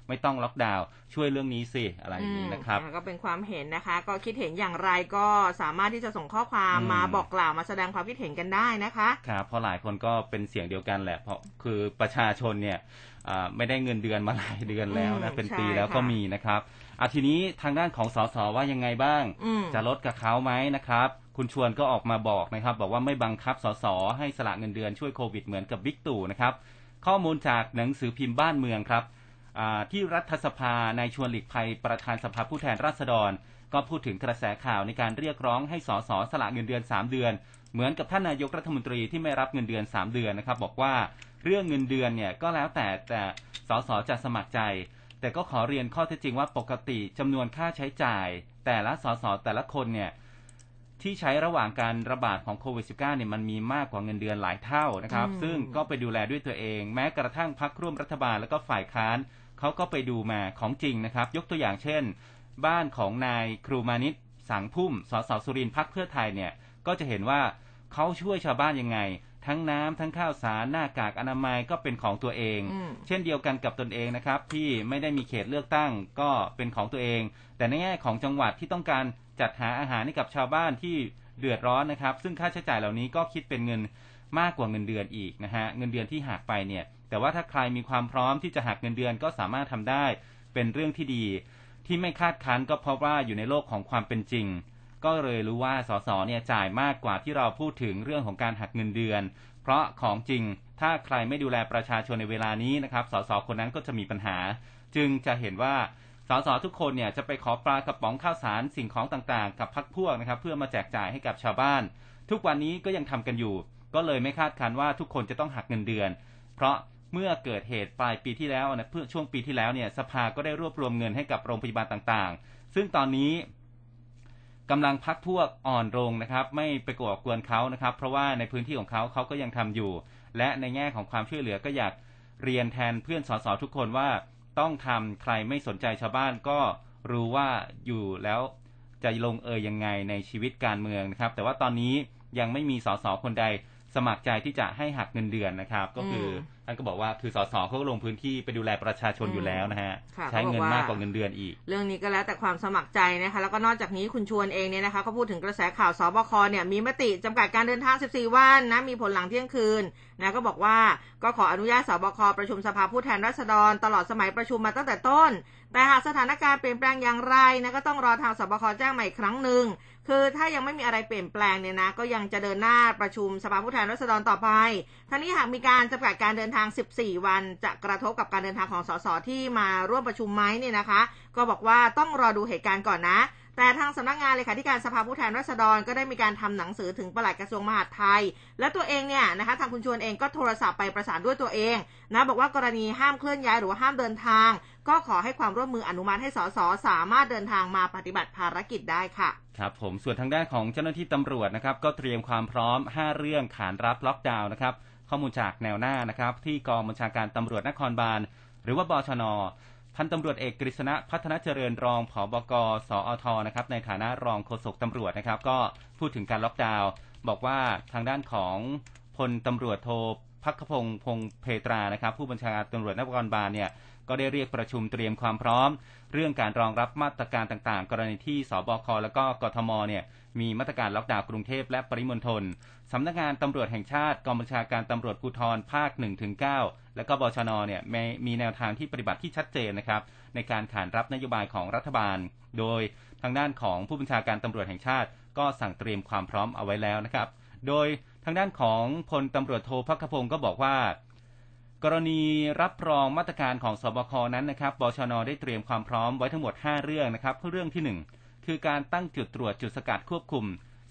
Speaker 3: ไม่ต้องล็อกดาวน์ช่วยเรื่องนี้สิอะไรอย่างนี้นะครับ
Speaker 2: ก็เป็นความเห็นนะคะก็คิดเห็นอย่างไรก็สามารถที่จะส่งข้อความมาบอกกล่าวมาแสดงความคิดเห็นกันได้นะคะ
Speaker 3: ครับเพราะหลายคนก็เป็นเสียงเดียวกันแหละเพราะคือประชาชนเนี่ยไม่ได้เงินเดือนมาหลายเดือนแล้วนะเป็นปีแล้วก็มีนะครับทีนี้ทางด้านของสสว่ายังไงบ้างจะลดกับเขาไหมนะครับคุณชวนก็ออกมาบอกนะครับบอกว่าไม่บังคับสสให้สละเงินเดือนช่วยโควิดเหมือนกับบิ๊กตู่นะครับข้อมูลจากหนังสือพิมพ์บ้านเมืองครับที่รัฐสภานายชวนหลีกภัยประธานสภาผู้แทนราษฎรก็พูดถึงกระแสข่าวในการเรียกร้องให้สสสละเงินเดือน3เดือนเหมือนกับท่านนายกรัฐมนตรีที่ไม่รับเงินเดือน3เดือนนะครับบอกว่าเรื่องเงินเดือนเนี่ยก็แล้วแต่สสจะสมัครใจแต่ก็ขอเรียนข้อเท็จจริงว่าปกติจำนวนค่าใช้จ่ายแต่ละสสแต่ละคนเนี่ยที่ใช้ระหว่างการระบาดของโควิด -19 เนี่ยมันมีมากกว่าเงินเดือนหลายเท่านะครับซึ่งก็ไปดูแลด้วยตัวเองแม้กระทั่งพรรคร่วมรัฐบาลแล้วก็ฝ่ายค้านเขาก็ไปดูมาของจริงนะครับยกตัวอย่างเช่นบ้านของนายครูมานิตสังพุ่มสสสุรินทร์พรรคเพื่อไทยเนี่ยก็จะเห็นว่าเขาช่วยชาวบ้านยังไงทั้งน้ำทั้งข้าวสารหน้ากากอนามัยก็เป็นของตัวเองเช่นเดียวกันกับตนเองนะครับที่ไม่ได้มีเขตเลือกตั้งก็เป็นของตัวเองแต่ในแง่ของจังหวัดที่ต้องการจัดหาอาหารให้กับชาวบ้านที่เดือดร้อนนะครับซึ่งค่าใช้จ่ายเหล่านี้ก็คิดเป็นเงินมากกว่าเงินเดือนอีกนะฮะเงินเดือนที่หักไปเนี่ยแต่ว่าถ้าใครมีความพร้อมที่จะหักเงินเดือนก็สามารถทำได้เป็นเรื่องที่ดีที่ไม่คาดคั้นก็เพราะว่าอยู่ในโลกของความเป็นจริงก็เลยรู้ว่าสสเนี่ยจ่ายมากกว่าที่เราพูดถึงเรื่องของการหักเงินเดือนเพราะของจริงถ้าใครไม่ดูแลประชาชนในเวลานี้นะครับสสคนนั้นก็จะมีปัญหาจึงจะเห็นว่าสสทุกคนเนี่ยจะไปขอปลากระป๋องข้าวสารสิ่งของต่างๆกับพรรคพวกนะครับเพื่อมาแจกจ่ายให้กับชาวบ้านทุกวันนี้ก็ยังทำกันอยู่ก็เลยไม่คาดคั้นว่าทุกคนจะต้องหักเงินเดือนเพราะเมื่อเกิดเหตุปลายปีที่แล้วนะเพื่อช่วงปีที่แล้วเนี่ยสภาก็ได้รวบรวมเงินให้กับโรงพยาบาลต่างๆซึ่งตอนนี้กำลังพักพวกอ่อนลงนะครับไม่ไปก่อกวนเขานะครับเพราะว่าในพื้นที่ของเขาก็ยังทำอยู่และในแง่ของความช่วยเหลือก็อยากเรียนแทนเพื่อนสสทุกคนว่าต้องทำใครไม่สนใจชาวบ้านก็รู้ว่าอยู่แล้วจะลงยังไงในชีวิตการเมืองนะครับแต่ว่าตอนนี้ยังไม่มีสสคนใดสมัครใจที่จะให้หักเงินเดือนนะครับก็คือท่านก็บอกว่าคือสสเขาก็ลงพื้นที่ไปดูแลประชาชนอยู่แล้วนะฮะใช้เงินมากกว่าเงินเดือนอีก
Speaker 2: เรื่องนี้ก็แล้วแต่ความสมัครใจนะคะแล้วก็นอกจากนี้คุณชวนเองเนี่ยนะคะก็พูดถึงกระแสข่าวสบคเนี่ยมีมติจำกัดการเดินทาง14วันนะมีผลหลังเที่ยงคืนนะก็บอกว่าก็ขออนุญาตสบคประชุมสภาผู้แทนราษฎรตลอดสมัยประชุมมาตั้งแต่ต้นแต่หากสถานการณ์เปลี่ยนแปลงอย่างไรนะก็ต้องรอทางสบคแจ้งใหม่อีกครั้งนึงคือถ้ายังไม่มีอะไรเปลี่ยนแปลงเนี่ยนะก็ยังจะเดินหน้าประชุมสภาผู้แทนราษฎรต่อไปทั้งนี้หากมีการจำกัดการเดินทาง14วันจะกระทบกับการเดินทางของสสที่มาร่วมประชุมไหมเนี่ยนะคะก็บอกว่าต้องรอดูเหตุการณ์ก่อนนะแต่ทางสำนักงานเลขาธิการสภาผู้แทนราษฎรก็ได้มีการทำหนังสือถึงปลัดกระทรวงมหาดไทยและตัวเองเนี่ยนะคะทางคุณชวนเองก็โทรศัพท์ไปประสานด้วยตัวเองนะบอกว่ากรณีห้ามเคลื่อนย้ายหรือว่าห้ามเดินทางก็ขอให้ความร่วมมืออนุมัติให้สสสามารถเดินทางมาปฏิบัติภารกิจได้ค่ะ
Speaker 3: ครับผมส่วนทางด้านของเจ้าหน้าที่ตำรวจนะครับก็เตรียมความพร้อม5เรื่องขานรับล็อกดาวน์นะครับข้อมูลจากแนวหน้านะครับที่กองบัญชาการตำรวจนครบาลหรือว่าบชน.พันตำรวจเอกกฤษณะพัฒนเจริญรองผบก.สอท.นะครับในฐานะรองโฆษกตำรวจนะครับก็พูดถึงการล็อกดาวน์บอกว่าทางด้านของพลตำรวจโทภัคพงษ์พงษ์เพตรานะครับผู้บัญชาการตำรวจนครบาลเนี่ยก็ได้เรียกประชุมเตรียมความพร้อมเรื่องการรองรับมาตรการต่างๆกรณีที่สบคแล้วก็กทมเนี่ยมีมาตรการล็อกดาวน์กรุงเทพและปริมณฑลสำนักงานตำรวจแห่งชาติกองบัญชาการตำรวจภูธรภาค 1-9 และก็บชนเนี่ยมีแนวทางที่ปฏิบัติที่ชัดเจนนะครับในการขานรับนโยบายของรัฐบาลโดยทางด้านของผู้บัญชาการตำรวจแห่งชาติก็สั่งเตรียมความพร้อมเอาไว้แล้วนะครับโดยทางด้านของพลตำรวจโทภัคพงษ์ก็บอกว่ากรณีรับรองมาตรการของสบคนั้นนะครับบชนได้เตรียมความพร้อมไว้ทั้งหมด5เรื่องนะครับเรื่องที่1คือการตั้งจุดตรวจจุดสกัดควบคุม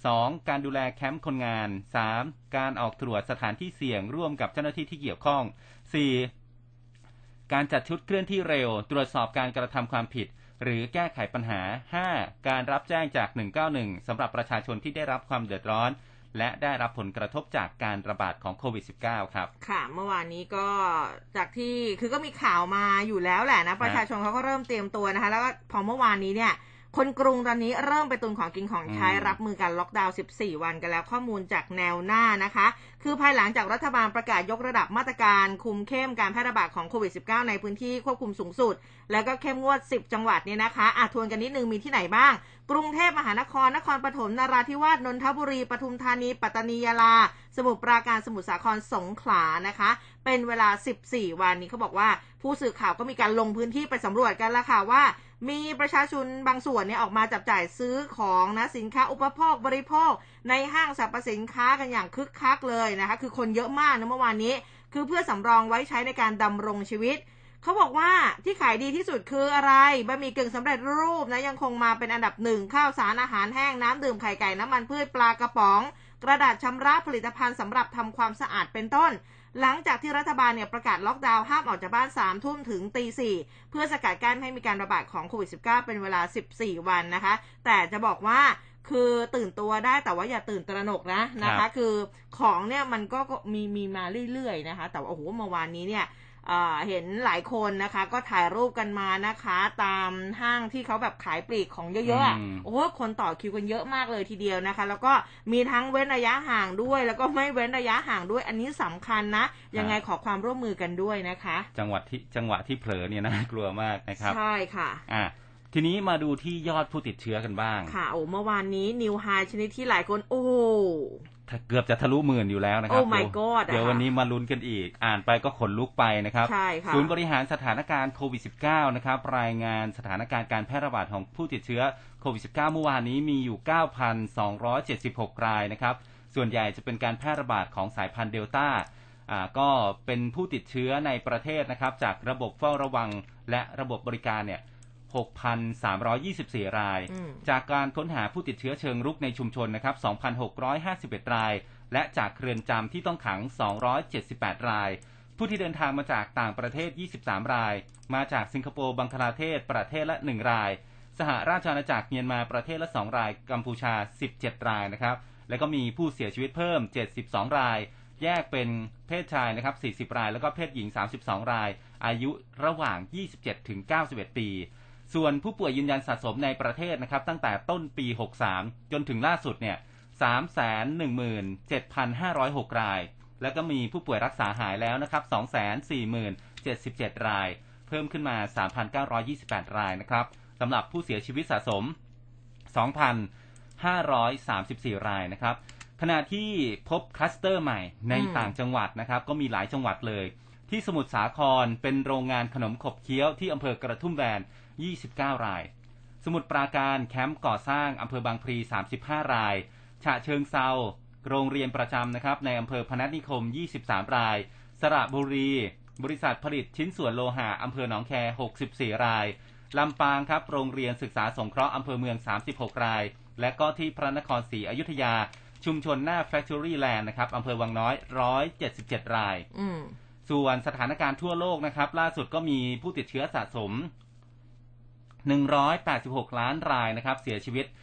Speaker 3: 2การดูแลแคมป์คนงาน3การออกตรวจสถานที่เสี่ยงร่วมกับเจ้าหน้าที่ที่เกี่ยวข้อง4การจัดชุดเคลื่อนที่เร็วตรวจสอบการกระทำความผิดหรือแก้ไขปัญหา5การรับแจ้งจาก191สำหรับประชาชนที่ได้รับความเดือดร้อนและได้รับผลกระทบจากการระบาดของโควิด -19 ครับ
Speaker 2: ค่ะเมื่อวานนี้ก็จากที่คือก็มีข่าวมาอยู่แล้วแหละนะประชาชนเขาก็เริ่มเตรียมตัวนะคะแล้วก็พอเมื่อวานนี้เนี่ยคนกรุงตอนนี้เริ่มไปตุนของกินของใช้รับมือการล็อกดาวน์14วันกันแล้วข้อมูลจากแนวหน้านะคะคือภายหลังจากรัฐบาลประกาศยกระดับมาตรการคุมเข้มการแพร่ระบาดของโควิด -19 ในพื้นที่ควบคุมสูงสุดแล้วก็เข้มงวด10จังหวัดเนี่ยนะคะทวนกันนิดนึงมีที่ไหนบ้างกรุงเทพมหานครนครปฐมนราธิวาสนนทบุรีปทุมธานีปัตตานียะลาสมุทรปราการสมุทรสาครสงขลานะคะเป็นเวลา14วันนี้เขาบอกว่าผู้สื่อข่าวก็มีการลงพื้นที่ไปสำรวจกันแล้วค่ะว่ามีประชาชนบางส่วนเนี่ยออกมาจับจ่ายซื้อของนะสินค้าอุปโภคบริโภคในห้างสรรพสินค้ากันอย่างคึกคักเลยนะคะคือคนเยอะมากนะเมื่อวานนี้คือเพื่อสำรองไว้ใช้ในการดำรงชีวิตเขาบอกว่าที่ขายดีที่สุดคืออะไรบะหมี่กึ่งสำเร็จรูปนะยังคงมาเป็นอันดับ1ข้าวสารอาหารแห้งน้ำดื่มไข่ไก่น้ำมันพืชปลากระป๋องกระดาษชำระผลิตภัณฑ์สำหรับทำความสะอาดเป็นต้นหลังจากที่รัฐบาลเนี่ยประกาศล็อกดาวน์ห้ามออกจากบ้าน 3 ทุ่มถึงตี 4เพื่อสกัดกั้นไม่ให้มีการระบาดของโควิด -19 เป็นเวลา14วันนะคะแต่จะบอกว่าคือตื่นตัวได้แต่ว่าอย่าตื่นตระหนกนะคะคือของเนี่ยมันก็มีมาเรื่อยๆนะคะแต่ว่าโอ้โหเมื่อวานนี้เนี่ยเห็นหลายคนนะคะก็ถ่ายรูปกันมานะคะตามห้างที่เขาแบบขายปลีกของเยอะๆโอ้โหคนต่อคิวกันเยอะมากเลยทีเดียวนะคะแล้วก็มีทั้งเว้นระยะห่างด้วยแล้วก็ไม่เว้นระยะห่างด้วยอันนี้สำคัญนะยังไงขอความร่วมมือกันด้วยนะคะจังหวะที่เผลอเนี่ยน่ากลัวมากนะครับใช่ค่ะทีนี้มาดูที่ยอดผู้ติดเชื้อกันบ้างค่ะโอ้เมื่อวานนี้นิวไฮชนิดที่หลายคนโอ้เกือบจะทะลุ10,000อยู่แล้วนะครับ my god เดี๋ยววันนี้มาลุ้นกันอีกอ่านไปก็ขนลุกไปนะครับศูนย์บริหารสถานการณ์โควิด -19 นะครับรายงานสถานการณ์การแพร่ระบาดของผู้ติดเชื้อโควิด -19 เมื่อวานนี้มีอยู่ 9,276 รายนะครับส่วนใหญ่จะเป็นการแพร่ระบาดของสายพันธุ์เดลต้าก็เป็นผู้ติดเชื้อในประเทศนะครับจากระบบเฝ้าระวังและระบบบริการเนี่ย6,324 รายจากการค้นหาผู้ติดเชื้อเชิงรุกในชุมชนนะครับ 2,651 รายและจากเรือนจำที่ต้องขัง278รายผู้ที่เดินทางมาจากต่างประเทศ23รายมาจากสิงคโปร์บังคลาเทศประเทศละ1รายสหราชอาณาจักรเมียนมาประเทศละ2รายกัมพูชา17รายนะครับแล้วก็มีผู้เสียชีวิตเพิ่ม72รายแยกเป็นเพศชายนะครับ40รายแล้วก็เพศหญิง32รายอายุระหว่าง27ถึง91ปีส่วนผู้ป่วยยืนยันสะสมในประเทศนะครับตั้งแต่ต้นปี63จนถึงล่าสุดเนี่ย 317,506 รายแล้วก็มีผู้ป่วยรักษาหายแล้วนะครับ 240,077 รายเพิ่มขึ้นมา 3,928 รายนะครับสำหรับผู้เสียชีวิตสะสม 2,534 รายนะครับขณะที่พบคลัสเตอร์ใหม่ในต่างจังหวัดนะครับก็มีหลายจังหวัดเลยที่สมุทรสาครเป็นโรงงานขนมขบเคี้ยวที่อำเภอกระทุ่มแบน29รายสมุทรปราการแคมป์ก่อสร้างอำเภอบางพลี35รายฉะเชิงเทราโรงเรียนประจำนะครับในอำเภอพนัสนิคม23รายสระบุรีบริษัทผลิตชิ้นส่วนโลหะอำเภอหนองแค64รายลำปางครับโรงเรียนศึกษาสงเคราะห์อำเภอเมือง36รายและก็ที่พระนครศรีอยุธยาชุมชนหน้า Factory Land นะครับอำเภอวังน้อย177รายส่วนสถานการณ์ทั่วโลกนะครับล่าสุดก็มีผู้ติดเชื้อสะสม186ล้านรายนะครับเสียชีวิต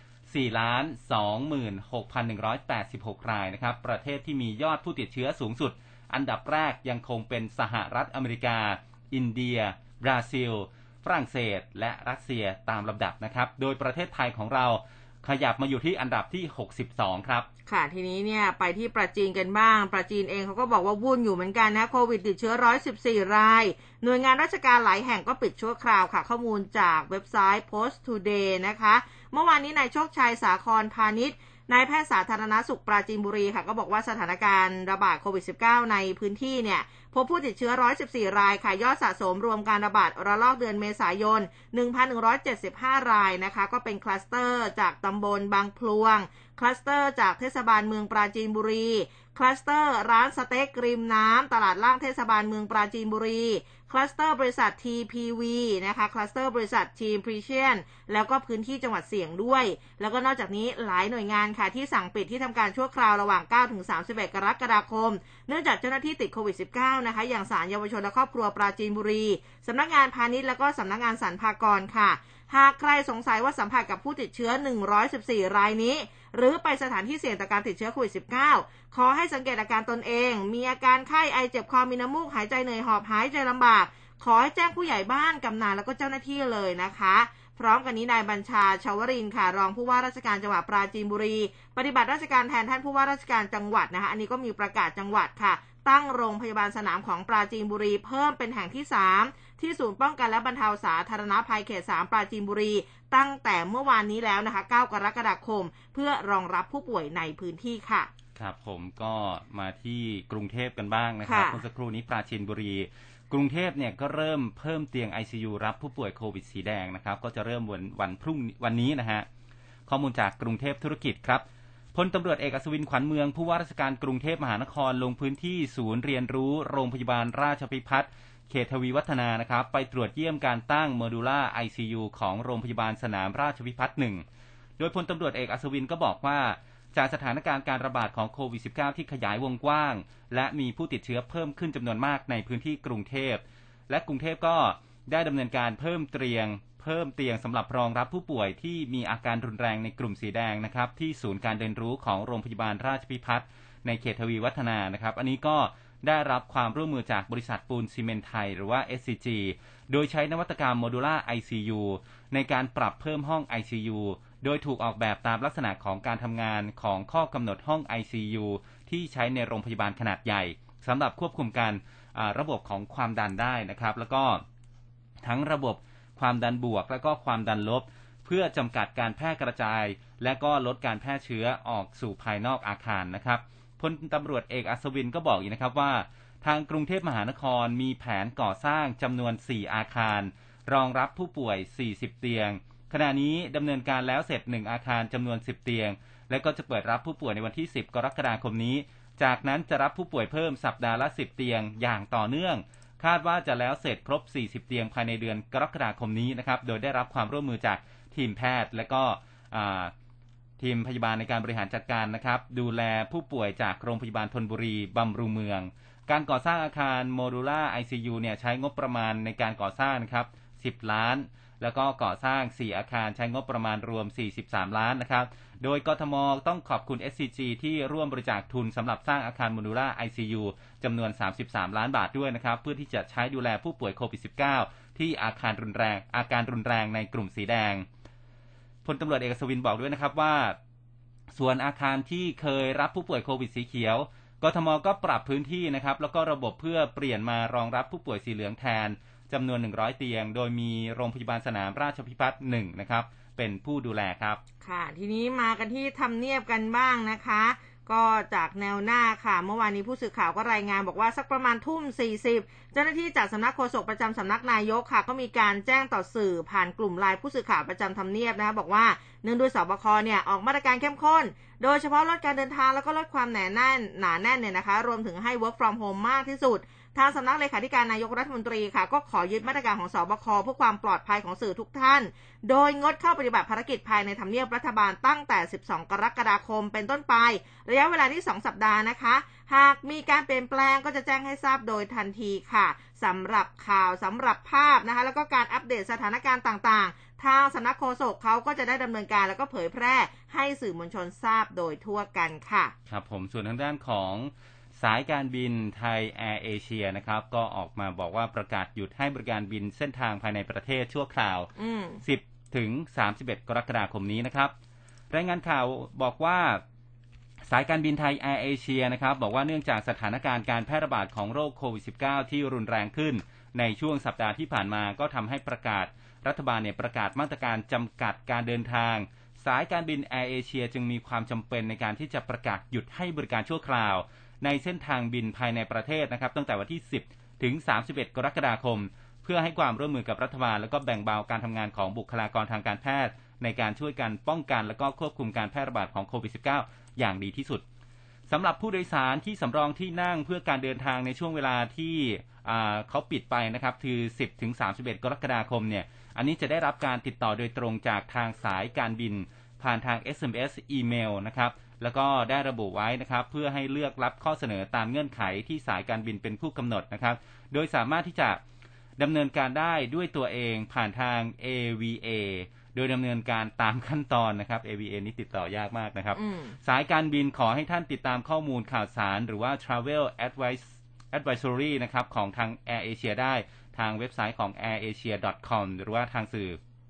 Speaker 2: 426,186 รายนะครับประเทศที่มียอดผู้ติดเชื้อสูงสุดอันดับแรกยังคงเป็นสหรัฐอเมริกาอินเดียบราซิลฝรั่งเศสและรัสเซียตามลำดับนะครับโดยประเทศไทยของเราขยับมาอยู่ที่อันดับที่62ครับค่ะทีนี้เนี่ยไปที่ปราจีนกันบ้างปราจีนเองเขาก็บอกว่าวุ่นอยู่เหมือนกันนะโควิดติดเชื้อ114รายหน่วยงานราชการหลายแห่งก็ปิดชั่วคราวค่ะข้อมูลจากเว็บไซต์ Post Today นะคะเมื่อวานนี้นายโชคชัยสาครพาณิชย์นายแพทย์สาธารณสุขปราจีนบุรีค่ะก็บอกว่าสถานการณ์ระบาดโควิด -19 ในพื้นที่เนี่ยพบผู้ติดเชื้อ114รายค่ะยอดสะสมรวมการระบาดระลอกเดือนเมษายน 1,175 รายนะคะก็เป็นคลัสเตอร์จากตำบลบางพลวงคลัสเตอร์จากเทศบาลเมืองปราจีนบุรีคลัสเตอร์ร้านสเต็กริมน้ำตลาดล่างเทศบาลเมืองปราจีนบุรีคลัสเตอร์บริษัท TPV นะคะคลัสเตอร์บริษัททีมพรีเชียนแล้วก็พื้นที่จังหวัดเสี่ยงด้วยแล้วก็นอกจากนี้หลายหน่วยงานค่ะที่สั่งปิดที่ทำการชั่วคราวระหว่าง 9-31 กรกฎาคมเนื่องจากเจ้าหน้าที่ติดโควิด -19 นะคะอย่างศาลเยาวชนและครอบครัวปราจีนบุรีสำนักงานพาณิชย์และก็สำนักงานสรรพากรค่ะหากใครสงสัยว่าสัมผัสกับผู้ติดเชื้อ114รายนี้หรือไปสถานที่เสี่ยงต่อการติดเชื้อโควิด -19 ขอให้สังเกตอาการตนเองมีอาการไข้ไอเจ็บคอมีน้ำมูกหายใจเหนื่อยหอบหายใจลำบากขอให้แจ้งผู้ใหญ่บ้านกำนันแล้วก็เจ้าหน้าที่เลยนะคะพร้อมกันนี้นายบัญชาชวรินทร์ค่ะรองผู้ว่าราชการจังหวัดปราจีนบุรีปฏิบัติราชการแทนท่านผู้ว่าราชการจังหวัดนะคะอันนี้ก็มีประกาศจังหวัดค่ะตั้งโรงพยาบาลสนามของปราจีนบุรีเพิ่มเป็นแห่งที่3ที่ศูนย์ป้องกันและบรรเทาสาธารณภัยเขต3ปราจีนบุรีตั้งแต่เมื่อวานนี้แล้วนะคะ9 กรกฎาคมเพื่อรองรับผู้ป่วยในพื้นที่ค่ะ
Speaker 3: ครับผมก็มาที่กรุงเทพกันบ้างนะครับเมื่อสักครู่นี้ปราจีนบุรีกรุงเทพเนี่ยก็เริ่มเพิ่มเตียง ICU รับผู้ป่วยโควิดสีแดงนะครับก็จะเริ่มวันนี้นะฮะข้อมูลจากกรุงเทพธุรกิจครับพลตำรวจเอกอัศวินขวัญเมืองผู้ว่าราชการกรุงเทพมหานครลงพื้นที่ศูนย์เรียนรู้โรงพยาบาลราชภิพัฒน์เขตทวีวัฒนานะครับไปตรวจเยี่ยมการตั้งโมดูล่า ICU ของโรงพยาบาลสนามราชภิพัฒน์1โดยพลตำรวจเอกอัศวินก็บอกว่าจากสถานการณ์การระบาดของโควิด -19 ที่ขยายวงกว้างและมีผู้ติดเชื้อเพิ่มขึ้นจำนวนมากในพื้นที่กรุงเทพและกรุงเทพก็ได้ดำเนินการเพิ่มเตียงสำหรับรองรับผู้ป่วยที่มีอาการรุนแรงในกลุ่มสีแดงนะครับที่ศูนย์การเรียนรู้ของโรงพยาบาลราชภิพัฒน์ในเขตทวีวัฒนานะครับอันนี้ก็ได้รับความร่วมมือจากบริษัทปูนซีเมนต์ไทยหรือว่า SCG โดยใช้นวัตกรรมโมดูล่า ICU ในการปรับเพิ่มห้อง ICU โดยถูกออกแบบตามลักษณะของการทำงานของข้อกำหนดห้อง ICU ที่ใช้ในโรงพยาบาลขนาดใหญ่สำหรับควบคุมการระบบของความดันได้นะครับแล้วก็ทั้งระบบความดันบวกและก็ความดันลบเพื่อจำกัดการแพร่กระจายและก็ลดการแพร่เชื้อออกสู่ภายนอกอาคารนะครับพลตำรวจเอกอัศวินก็บอกอีกนะครับว่าทางกรุงเทพมหานครมีแผนก่อสร้างจำนวน4อาคารรองรับผู้ป่วย40เตียงขณะนี้ดำเนินการแล้วเสร็จ1อาคารจำนวน10เตียงและก็จะเปิดรับผู้ป่วยในวันที่10 กรกฎาคมนี้จากนั้นจะรับผู้ป่วยเพิ่มสัปดาห์ละ10เตียงอย่างต่อเนื่องคาดว่าจะแล้วเสร็จครบ40เตียงภายในเดือนกรกฎาคมนี้นะครับโดยได้รับความร่วมมือจากทีมแพทย์และก็ทีมพยาบาลในการบริหารจัดการนะครับดูแลผู้ป่วยจากโรงพยาบาลธนบุรีบำรุงเมืองการก่อสร้างอาคารโมดูล่า ICU เนี่ยใช้งบประมาณในการก่อสร้างนะครับ10 ล้านแล้วก็ก่อสร้าง4อาคารใช้งบประมาณรวม43ล้านนะครับโดยกทมต้องขอบคุณ SCG ที่ร่วมบริจาคทุนสำหรับสร้างอาคารโมดูล่า ICU จำนวน33ล้านบาทด้วยนะครับเพื่อที่จะใช้ดูแลผู้ป่วยโควิด -19 ที่อาการรุนแรงในกลุ่มสีแดงพลตำรวจเอกอัศวินบอกด้วยนะครับว่าส่วนอาคารที่เคยรับผู้ป่วยโควิดสีเขียวกทมก็ปรับพื้นที่นะครับแล้วก็ระบบเพื่อเปลี่ยนมารองรับผู้ป่วยสีเหลืองแทนจำนวน100เตียงโดยมีโรงพยาบาลสนามราชภิพัฒน์1นะครับเป็นผู้ดูแลครับ
Speaker 2: ค่ะทีนี้มากันที่ทำเนียบกันบ้างนะคะก็จากแนวหน้าค่ะเมื่อวานนี้ผู้สื่อข่าวก็รายงานบอกว่าสักประมาณทุ่ม40เจ้าหน้าที่จากสำนักโฆษกประจำสำนักนายกค่ะก็มีการแจ้งต่อสื่อผ่านกลุ่มไลน์ผู้สื่อข่าวประจำทำเนียบนะคะบอกว่าเนื่องด้วยสบคเนี่ยออกมาตรการเข้มข้นโดยเฉพาะลดการเดินทางแล้วก็ลดความหนาแน่นเนี่ยนะคะรวมถึงให้ work from home มากที่สุดทางสำนักเลขาธิการนายกรัฐมนตรีค่ะก็ขอยึดมาตรการของสบคเพื่อความปลอดภัยของสื่อทุกท่านโดยงดเข้าปฏิบัติภารกิจภายในทำเนียบรัฐบาลตั้งแต่12 กรกฎาคมเป็นต้นไประยะเวลาที่2 สัปดาห์นะคะหากมีการเปลี่ยนแปลงก็จะแจ้งให้ทราบโดยทันทีค่ะสำหรับข่าวสำหรับภาพนะคะแล้วก็การอัปเดตสถานการณ์ต่างๆทางสำนักโฆษกเขาก็จะได้ดำเนินการแล้วก็เผยแพร่ให้สื่อมวลชนทราบโดยทั่วกันค่ะ
Speaker 3: ครับผมส่วนทางด้านของสายการบินไทยแอร์เอเชียนะครับก็ออกมาบอกว่าประกาศหยุดให้บริการบินเส้นทางภายในประเทศชั่วคราว10 ถึง 31 กรกฎาคมนี้นะครับรายงานข่าวบอกว่าสายการบินไทยแอร์เอเชียนะครับบอกว่าเนื่องจากสถานการณ์การแพร่ระบาดของโรคโควิด -19 ที่รุนแรงขึ้นในช่วงสัปดาห์ที่ผ่านมาก็ทำให้รัฐบาลเนี่ยประกาศมาตรการจำกัดการเดินทางสายการบินแอร์เอเชียจึงมีความจำเป็นในการที่จะประกาศหยุดให้บริการชั่วคราวในเส้นทางบินภายในประเทศนะครับตั้งแต่วันที่10 ถึง 31 กรกฎาคมเพื่อให้ความร่วมมือกับรัฐบาลและก็แบ่งเบาการทำงานของบุคลากรทางการแพทย์ในการช่วยกันป้องกันและก็ควบคุมการแพร่ระบาดของโควิด -19 อย่างดีที่สุดสำหรับผู้โดยสารที่สำรองที่นั่งเพื่อการเดินทางในช่วงเวลาที่เขาปิดไปนะครับคือ10 ถึง 31 กรกฎาคมเนี่ยอันนี้จะได้รับการติดต่อโดยตรงจากทางสายการบินผ่านทาง SMS อีเมลนะครับแล้วก็ได้ระบุไว้นะครับเพื่อให้เลือกรับข้อเสนอตามเงื่อนไขที่สายการบินเป็นผู้กำหนดนะครับโดยสามารถที่จะดำเนินการได้ด้วยตัวเองผ่านทาง AVA โดยดำเนินการตามขั้นตอนนะครับ AVA นี่ติดต่อยากมากนะครับสายการบินขอให้ท่านติดตามข้อมูลข่าวสารหรือว่า Travel Advisory นะครับของทาง Air Asia ได้ทางเว็บไซต์ของ airasia.com หรือว่าทางสื่อ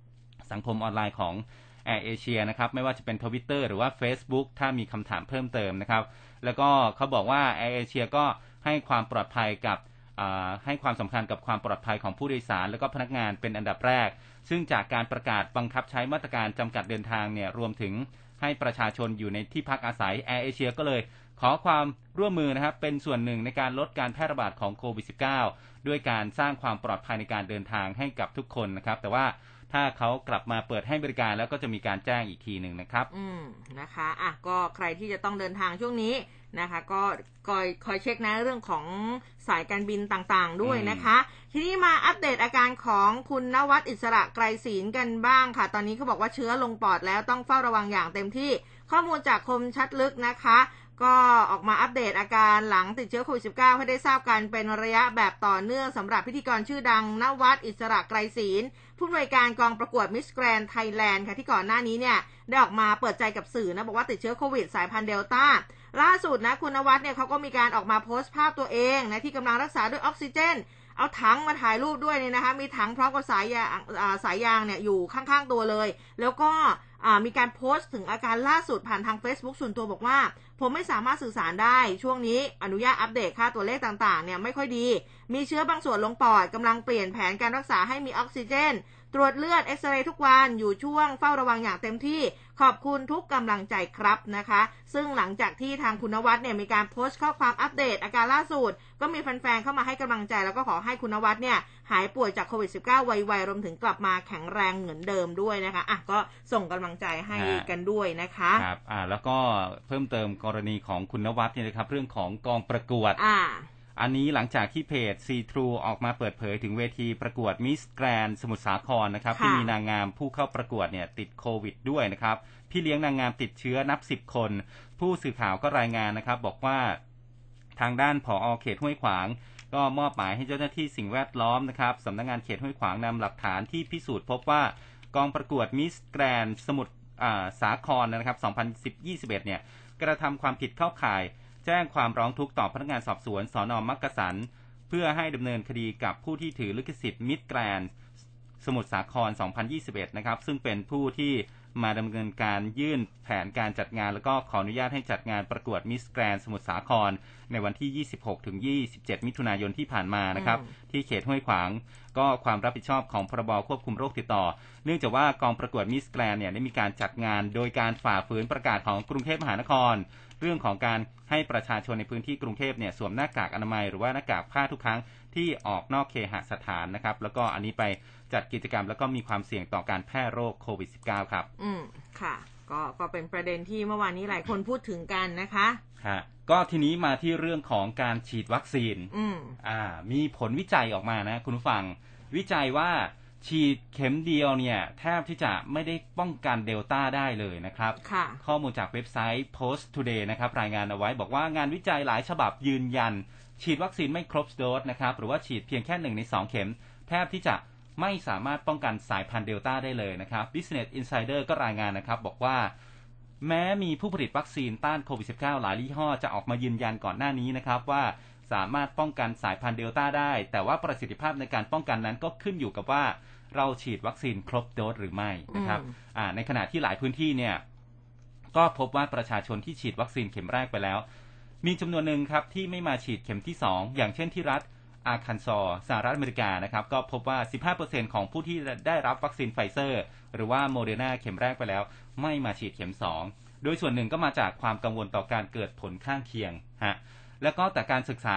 Speaker 3: สังคมออนไลน์ของแอร์เอเชียนะครับไม่ว่าจะเป็น Twitter หรือว่า Facebook ถ้ามีคำถามเพิ่มเติมนะครับแล้วก็เขาบอกว่าแอร์เอเชียก็ให้ความปลอดภัยกับให้ความสำคัญกับความปลอดภัยของผู้โดยสารและก็พนักงานเป็นอันดับแรกซึ่งจากการประกาศบังคับใช้มาตรการจำกัดเดินทางเนี่ยรวมถึงให้ประชาชนอยู่ในที่พักอาศัยแอร์เอเชียก็เลยขอความร่วมมือนะครับเป็นส่วนหนึ่งในการลดการแพร่ระบาดของโควิด -19 ด้วยการสร้างความปลอดภัยในการเดินทางให้กับทุกคนนะครับแต่ว่าถ้าเขากลับมาเปิดให้บริการแล้วก็จะมีการแจ้งอีกทีหนึ่งนะครับ
Speaker 2: นะคะก็ใครที่จะต้องเดินทางช่วงนี้นะคะก็คอยเช็คนะเรื่องของสายการบินต่างๆด้วยนะคะทีนี้มาอัปเดตอาการของคุณณวัฒน์อิสระไกรศีลกันบ้างค่ะตอนนี้เขาบอกว่าเชื้อลงปอดแล้วต้องเฝ้าระวังอย่างเต็มที่ข้อมูลจากคมชัดลึกนะคะก็ออกมาอัปเดตอาการหลังติดเชื้อโควิด -19 ให้ได้ทราบกันเป็นระยะแบบต่อเนื่องสำหรับพิธีกรชื่อดังณวัฒน์อิสระไกรศีลผู้อำนวยการกองประกวดมิสแกรนด์ไทยแลนด์ค่ะที่ก่อนหน้านี้เนี่ยได้ออกมาเปิดใจกับสื่อนะบอกว่าติดเชื้อโควิดสายพันธุ์เดลต้าล่าสุดนะคุณณวัฒน์เนี่ยเขาก็มีการออกมาโพสต์ภาพตัวเองนะที่กำลังรักษาด้วยออกซิเจนเอาถังมาถ่ายรูปด้วยเนี่ยนะคะมีถังพร้อมกับสายยางเนี่ยอยู่ข้างๆตัวเลยแล้วก็มีการโพสต์ถึงอาการล่าสุดผ่านทาง Facebook ส่วนตัวบอกว่าผมไม่สามารถสื่อสารได้ช่วงนี้อนุญาตอัปเดตค่าตัวเลขต่างๆเนี่ยไม่ค่อยดีมีเชื้อบางส่วนลงปอดกำลังเปลี่ยนแผนการรักษาให้มีออกซิเจนตรวจเลือดเอ็กซเรย์ทุกวันอยู่ช่วงเฝ้าระวังอย่างเต็มที่ขอบคุณทุกกำลังใจครับนะคะซึ่งหลังจากที่ทางคุณณวัฒน์เนี่ยมีการโพสต์ข้อความอัปเดตอาการล่าสุดก็มีแฟนๆเข้ามาให้กำลังใจแล้วก็ขอให้คุณณวัฒน์เนี่ยหายป่วยจากโควิด -19 ไวๆรวมถึงกลับมาแข็งแรงเหมือนเดิมด้วยนะคะก็ส่งกำลังใจให้กันด้วยนะคะ
Speaker 3: ครับแล้วก็เพิ่มเติมกรณีของคุณณวัฒน์เนี่ยนะครับเรื่องของกองประกวดอันนี้หลังจากที่เพจ See True ออกมาเปิดเผยถึงเวทีประกวดมิสแกรนด์สมุทรสาครนะครับที่มีนางงามผู้เข้าประกวดเนี่ยติดโควิดด้วยนะครับพี่เลี้ยงนางงามติดเชื้อนับ10 คนผู้สื่อข่าวก็รายงานนะครับบอกว่าทางด้านผอ.เขตห้วยขวางก็มอบหมายให้เจ้าหน้าที่สิ่งแวดล้อมนะครับสำนักงานเขตห้วยขวางนำหลักฐานที่พิสูจน์พบว่ากองประกวดมิสแกรนด์สมุทรสาครนะครับ2021เนี่ยกระทำความผิดเข้าข่ายแจ้งความร้องทุกข์ต่อพนักงานสอบสวนสน.มักกะสันเพื่อให้ดำเนินคดีกับผู้ที่ถือลิขสิทธิ์มิสแกรนด์สมุทรสาคร2021นะครับซึ่งเป็นผู้ที่มาดำเนินการยื่นแผนการจัดงานแล้วก็ขออนุญาตให้จัดงานประกวดมิสแกรนด์สมุทรสาครในวันที่26ถึง27มิถุนายนที่ผ่านมานะครับที่เขตห้วยขวางก็ความรับผิดชอบของพรบควบคุมโรคติดต่อเนื่องจากว่ากองประกวดมิสแกรนด์เนี่ยได้มีการจัดงานโดยการฝ่าฝืนประกาศของกรุงเทพมหานครเรื่องของการให้ประชาชนในพื้นที่กรุงเทพเนี่ยสวมหน้ากากอนามัยหรือว่าหน้ากากผ้าทุกครั้งที่ออกนอกเคหสถานนะครับแล้วก็อันนี้ไปจัดกิจกรรมแล้วก็มีความเสี่ยงต่อการแพร่โรคโควิด -19 ครับ
Speaker 2: ค่ะก็เป็นประเด็นที่เมื่อวานนี้หลายคนพูดถึงกันนะคะ
Speaker 3: ก็ทีนี้มาที่เรื่องของการฉีดวัคซีนมีผลวิจัยออกมานะคุณผู้ฟังวิจัยว่าฉีดเข็มเดียวเนี่ยแทบที่จะไม่ได้ป้องกันเดลต้าได้เลยนะครับข้อมูลจากเว็บไซต์ Post Today นะครับรายงานเอาไว้บอกว่างานวิจัยหลายฉบับยืนยันฉีดวัคซีนไม่ครบโดสนะครับหรือว่าฉีดเพียงแค่1 ใน 2 เข็มแทบที่จะไม่สามารถป้องกันสายพันธุ์เดลต้าได้เลยนะครับ Business Insider ก็รายงานนะครับบอกว่าแม้มีผู้ผลิตวัคซีนต้านโควิด -19 หลายยี่ห้อจะออกมายืนยันก่อนหน้านี้นะครับว่าสามารถป้องกันสายพันธุ์เดลต้าได้แต่ว่าประสิทธิภาพในการป้องกันนั้นก็ขึ้นอยู่กับว่าเราฉีดวัคซีนครบโดสหรือไม่นะครับในขณะที่หลายพื้นที่เนี่ยก็พบว่าประชาชนที่ฉีดวัคซีนเข็มแรกไปแล้วมีจำนวนหนึ่งครับที่ไม่มาฉีดเข็มที่2อย่างเช่นที่รัฐอาร์คันซอสสหรัฐอเมริกานะครับก็พบว่า 15% ของผู้ที่ได้รับวัคซีนไฟเซอร์หรือว่าโมเดอร์นาเข็มแรกไปแล้วไม่มาฉีดเข็ม2โดยส่วนหนึ่งก็มาจากความกังวลต่อการเกิดผลข้างเคียงแล้วก็แต่การศึกษา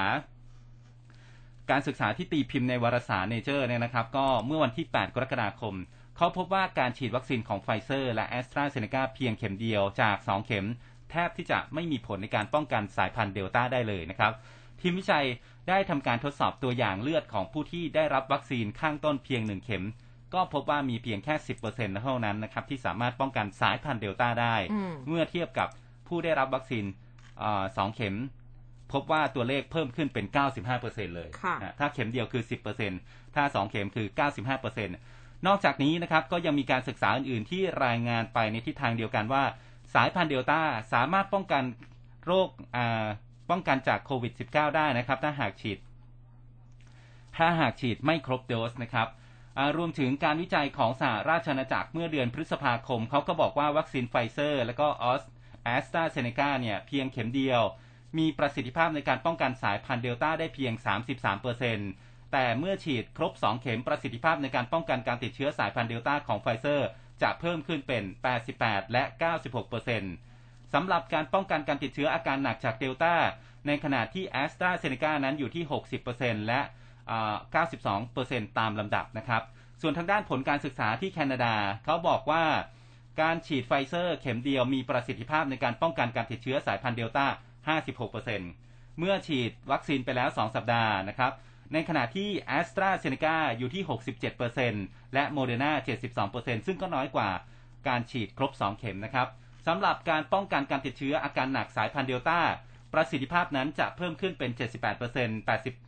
Speaker 3: ที่ตีพิมพ์ในวารสาร Nature เนี่ยนะครับก็เมื่อวันที่8 กรกฎาคมเขาพบว่าการฉีดวัคซีนของไฟเซอร์และ AstraZeneca เพียงเข็มเดียวจาก2 เข็มแทบที่จะไม่มีผลในการป้องกันสายพันธุ์เดลต้าได้เลยนะครับทีมวิจัยได้ทำการทดสอบตัวอย่างเลือดของผู้ที่ได้รับวัคซีนข้างต้นเพียง1 เข็มก็พบว่ามีเพียงแค่ 10% เท่านั้นนะครับที่สามารถป้องกันสายพันธุ์เดลต้าได้เมื่อเทียบกับผู้ได้รับวัคซีน2 เข็มพบว่าตัวเลขเพิ่มขึ้นเป็น 95% เลยถ้าเข็มเดียวคือ 10% ถ้า2 เข็มคือ 95% นอกจากนี้นะครับก็ยังมีการศึกษาอื่นๆที่รายงานไปในทิศทางเดียวกันว่าสายพันธุ์เดลต้าสามารถป้องกันโรคป้องกันจากโควิด -19 ได้นะครับถ้าหากฉีดไม่ครบโดสนะครับรวมถึงการวิจัยของสหราชอาณาจักรเมื่อเดือนพฤษภาคมเขาก็บอกว่าวัคซีนไฟเซอร์และก็แอสตราเซเนกาเนี่ยเพียงเข็มเดียวมีประสิทธิภาพในการป้องกันสายพันธุ์เดลต้าได้เพียง 33%แต่เมื่อฉีดครบ2เข็มประสิทธิภาพในการป้องกันการติดเชื้อสายพันธุ์เดลต้าของไฟเซอร์จะเพิ่มขึ้นเป็น 88 และ 96%สำหรับการป้องกันการติดเชื้ออาการหนักจากเดลต้าในขณะที่แอสตราเซเนกานั้นอยู่ที่ 60% และ92% ตามลำดับนะครับส่วนทางด้านผลการศึกษาที่แคนาดาเขาบอกว่าการฉีดไฟเซอร์เข็มเดียวมีประสิทธิภาพในการป้องกันการติดเชื้อสายพันธุ์เดลต้า 56% เมื่อฉีดวัคซีนไปแล้ว2สัปดาห์นะครับในขณะที่แอสตราเซเนกาอยู่ที่ 67% และโมเดอร์นา 72% ซึ่งก็น้อยกว่าการฉีดครบ2เข็มนะครับสำหรับการป้องกันการติดเชื้ออาการหนักสายพันธุ์เดลต้าประสิทธิภาพนั้นจะเพิ่มขึ้นเป็น 78%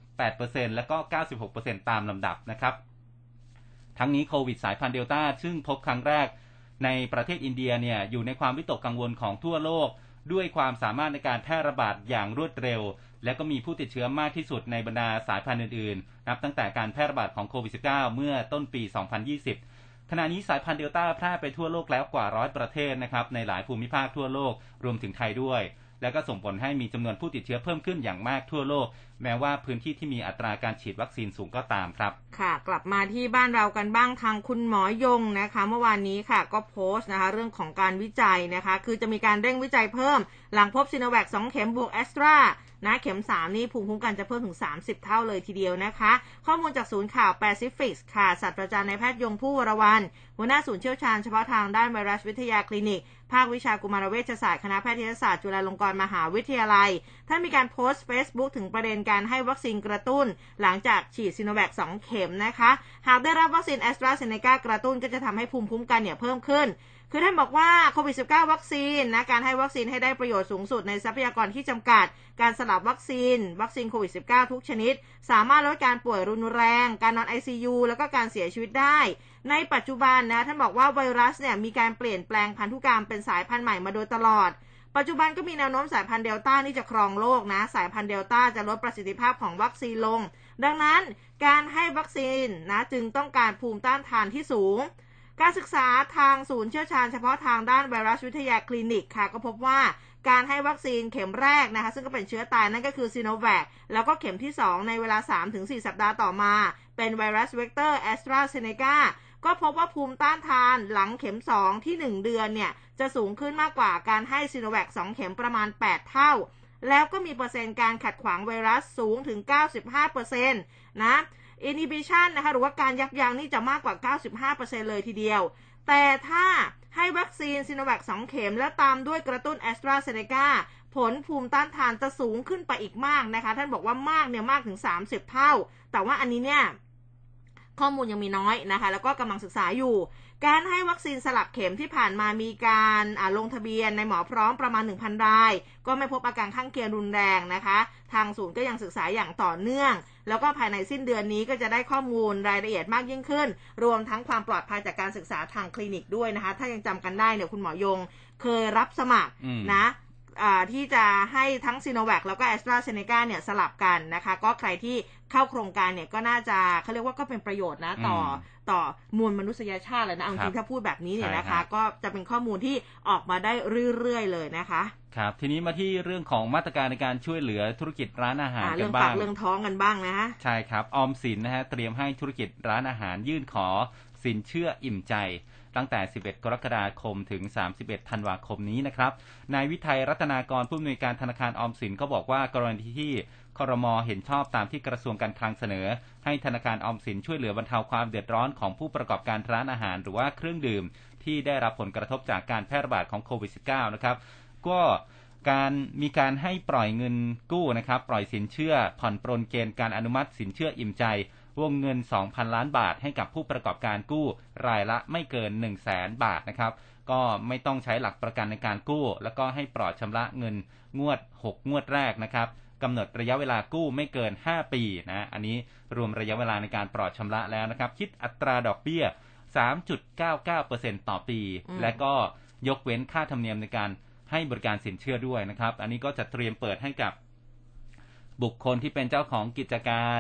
Speaker 3: 88% และก็ 96% ตามลำดับนะครับทั้งนี้โควิดสายพันธุ์เดลต้าซึ่งพบครั้งแรกในประเทศอินเดียเนี่ยอยู่ในความวิตกกังวลของทั่วโลกด้วยความสามารถในการแพร่ระบาดอย่างรวดเร็วและก็มีผู้ติดเชื้อมากที่สุดในบรรดาสายพันธุ์อื่นๆนับตั้งแต่การแพร่ระบาดของโควิด -19 เมื่อต้นปี 2020 ขณะนี้สายพันธุ์เดลต้าแพร่ไปทั่วโลกแล้วกว่า100ประเทศนะครับในหลายภูมิภาคทั่วโลกรวมถึงไทยด้วยและก็ส่งผลให้มีจำนวนผู้ติดเชื้อเพิ่มขึ้นอย่างมากทั่วโลกแม้ว่าพื้นที่ที่มีอัตราการฉีดวัคซีนสูงก็ตามครับ
Speaker 2: ค่ะกลับมาที่บ้านเรากันบ้างทางคุณหมอยงนะคะเมื่อวานนี้ค่ะก็โพสต์นะคะเรื่องของการวิจัยนะคะคือจะมีการเร่งวิจัยเพิ่มหลังพบซิโนแวค2เข็มบวกแอสตรานะเข็ม3นี่ภูมิคุ้มกันจะเพิ่มถึง30เท่าเลยทีเดียวนะคะข้อมูลจากศูนย์ข่าวแปซิฟิกค่ะศาสตราจารย์นายแพทย์ยงผู้วรวรรณหัวหน้าศูนย์เชี่ยวชาญเฉพาะทางด้านไวรัสวิทยาคลินิกภาควิชากุมารเวชศาสตร์คณะแพทยศาสตร์จุฬาลงกรณ์มหาวิทยาลัยท่านมีการโพสต์ Facebook ถึงประเด็นการให้วัคซีนกระตุ้นหลังจากฉีดซิโนแวค2เข็มนะคะหากได้รับวัคซีนแอสตราเซเนกากระตุ้นก็จะทำให้ภูมิคุ้มกันเนี่ยเพิ่มขึ้นคือท่านบอกว่าโควิด -19 วัคซีนนะการให้วัคซีนให้ได้ประโยชน์สูงสุดในทรัพยากรที่จำกัดการสลับวัคซีนโควิด -19 ทุกชนิดสามารถลดการป่วยรุนแรงการนอน ICU แล้วก็การเสียชีวิตได้ในปัจจุบันนะท่านบอกว่าไวรัสเนี่ยมีการเปลี่ยนแปลงพันธุกรรมเป็นสายพันธุ์ใหม่มาโดยตลอดปัจจุบันก็มีแนวโน้มสายพันธุ์เดลต้านี่จะครองโลกนะสายพันธุ์เดลต้าจะลดประสิทธิภาพของวัคซีนลงดังนั้นการให้วัคซีนนะจึงต้องการภูมิต้านทานที่สูงการศึกษาทางศูนย์เชี่ยวชาญเฉพาะทางด้านไวรัสวิทยาคลินิกค่ะก็พบว่าการให้วัคซีนเข็มแรกนะคะซึ่งก็เป็นเชื้อตายนั่นก็คือซิโนแวคแล้วก็เข็มที่2ในเวลา 3-4 สัปดาห์ต่อมาเป็นไวรัสเวกเตอร์แอสตราเซเนกาก็พบว่าภูมิต้านทานหลังเข็ม2ที่1เดือนเนี่ยจะสูงขึ้นมากกว่าการให้ซิโนแวค2เข็มประมาณ8เท่าแล้วก็มีเปอร์เซ็นต์การขัดขวางไวรัสสูงถึง 95% นะinhibition นะคะหรือว่าการยับยั้งนี่จะมากกว่า 95% เลยทีเดียวแต่ถ้าให้วัคซีนซิโนแวค2เข็มแล้วตามด้วยกระตุ้นแอสตราเซเนกาผลภูมิต้านทานจะสูงขึ้นไปอีกมากนะคะท่านบอกว่ามากเนี่ยมากถึง30เท่าแต่ว่าอันนี้เนี่ยข้อมูลยังมีน้อยนะคะแล้วก็กำลังศึกษาอยู่การให้วัคซีนสลับเข็มที่ผ่านมามีการลงทะเบียนในหมอพร้อมประมาณ 1,000 รายก็ไม่พบอาการข้างเคียงรุนแรงนะคะทางศูนย์ก็ยังศึกษาอย่างต่อเนื่องแล้วก็ภายในสิ้นเดือนนี้ก็จะได้ข้อมูลรายละเอียดมากยิ่งขึ้นรวมทั้งความปลอดภัยจากการศึกษาทางคลินิกด้วยนะคะถ้ายังจำกันได้เนี่ยคุณหมอยงเคยรับสมัครนะที่จะให้ทั้งซิโนแวคแล้วก็แอสตราเซเนกาเนี่ยสลับกันนะคะก็ใครที่เข้าโครงการเนี่ยก็น่าจะเขาเรียกว่าก็เป็นประโยชน์นะต่อมวลมนุษยชาติเลยนะเอาจริงถ้าพูดแบบนี้เนี่ยนะคะก็จะเป็นข้อมูลที่ออกมาได้เรื่อยๆเลยนะคะ
Speaker 3: ครับทีนี้มาที่เรื่องของมาตรการในการช่วยเหลือธุรกิจร้านอาหารกันบ้าง
Speaker 2: เรื่องท้องกันบ้างนะฮะ
Speaker 3: ใช่ครับออมสินนะฮะเตรียมให้ธุรกิจร้านอาหารยื่นขอสินเชื่ออิ่มใจตั้งแต่11กรกฎาคมถึง31ธันวาคมนี้นะครับนายวิทัยรัตนากรผู้อำนวยการธนาคารออมสินก็บอกว่ากรณีที่ครม.เห็นชอบตามที่กระทรวงการคลังเสนอให้ธนาคารออมสินช่วยเหลือบรรเทาความเดือดร้อนของผู้ประกอบการร้านอาหารหรือว่าเครื่องดื่มที่ได้รับผลกระทบจากการแพร่ระบาดของโควิด -19 นะครับก็มีการให้ปล่อยเงินกู้นะครับปล่อยสินเชื่อผ่อนปรนเกณฑ์การอนุมัติสินเชื่ออิ่มใจวงเงิน 2,000 ล้านบาทให้กับผู้ประกอบการกู้รายละไม่เกิน 100,000 บาทนะครับก็ไม่ต้องใช้หลักประกันในการกู้แล้วก็ให้ปลอดชำระเงินงวด6งวดแรกนะครับกำหนดระยะเวลากู้ไม่เกิน5ปีนะอันนี้รวมระยะเวลาในการปลอดชำระแล้วนะครับคิดอัตราดอกเบี้ย 3.99% ต่อปีและก็ยกเว้นค่าธรรมเนียมในการให้บริการสินเชื่อด้วยนะครับอันนี้ก็จะเตรียมเปิดให้กับบุคคลที่เป็นเจ้าของกิจการ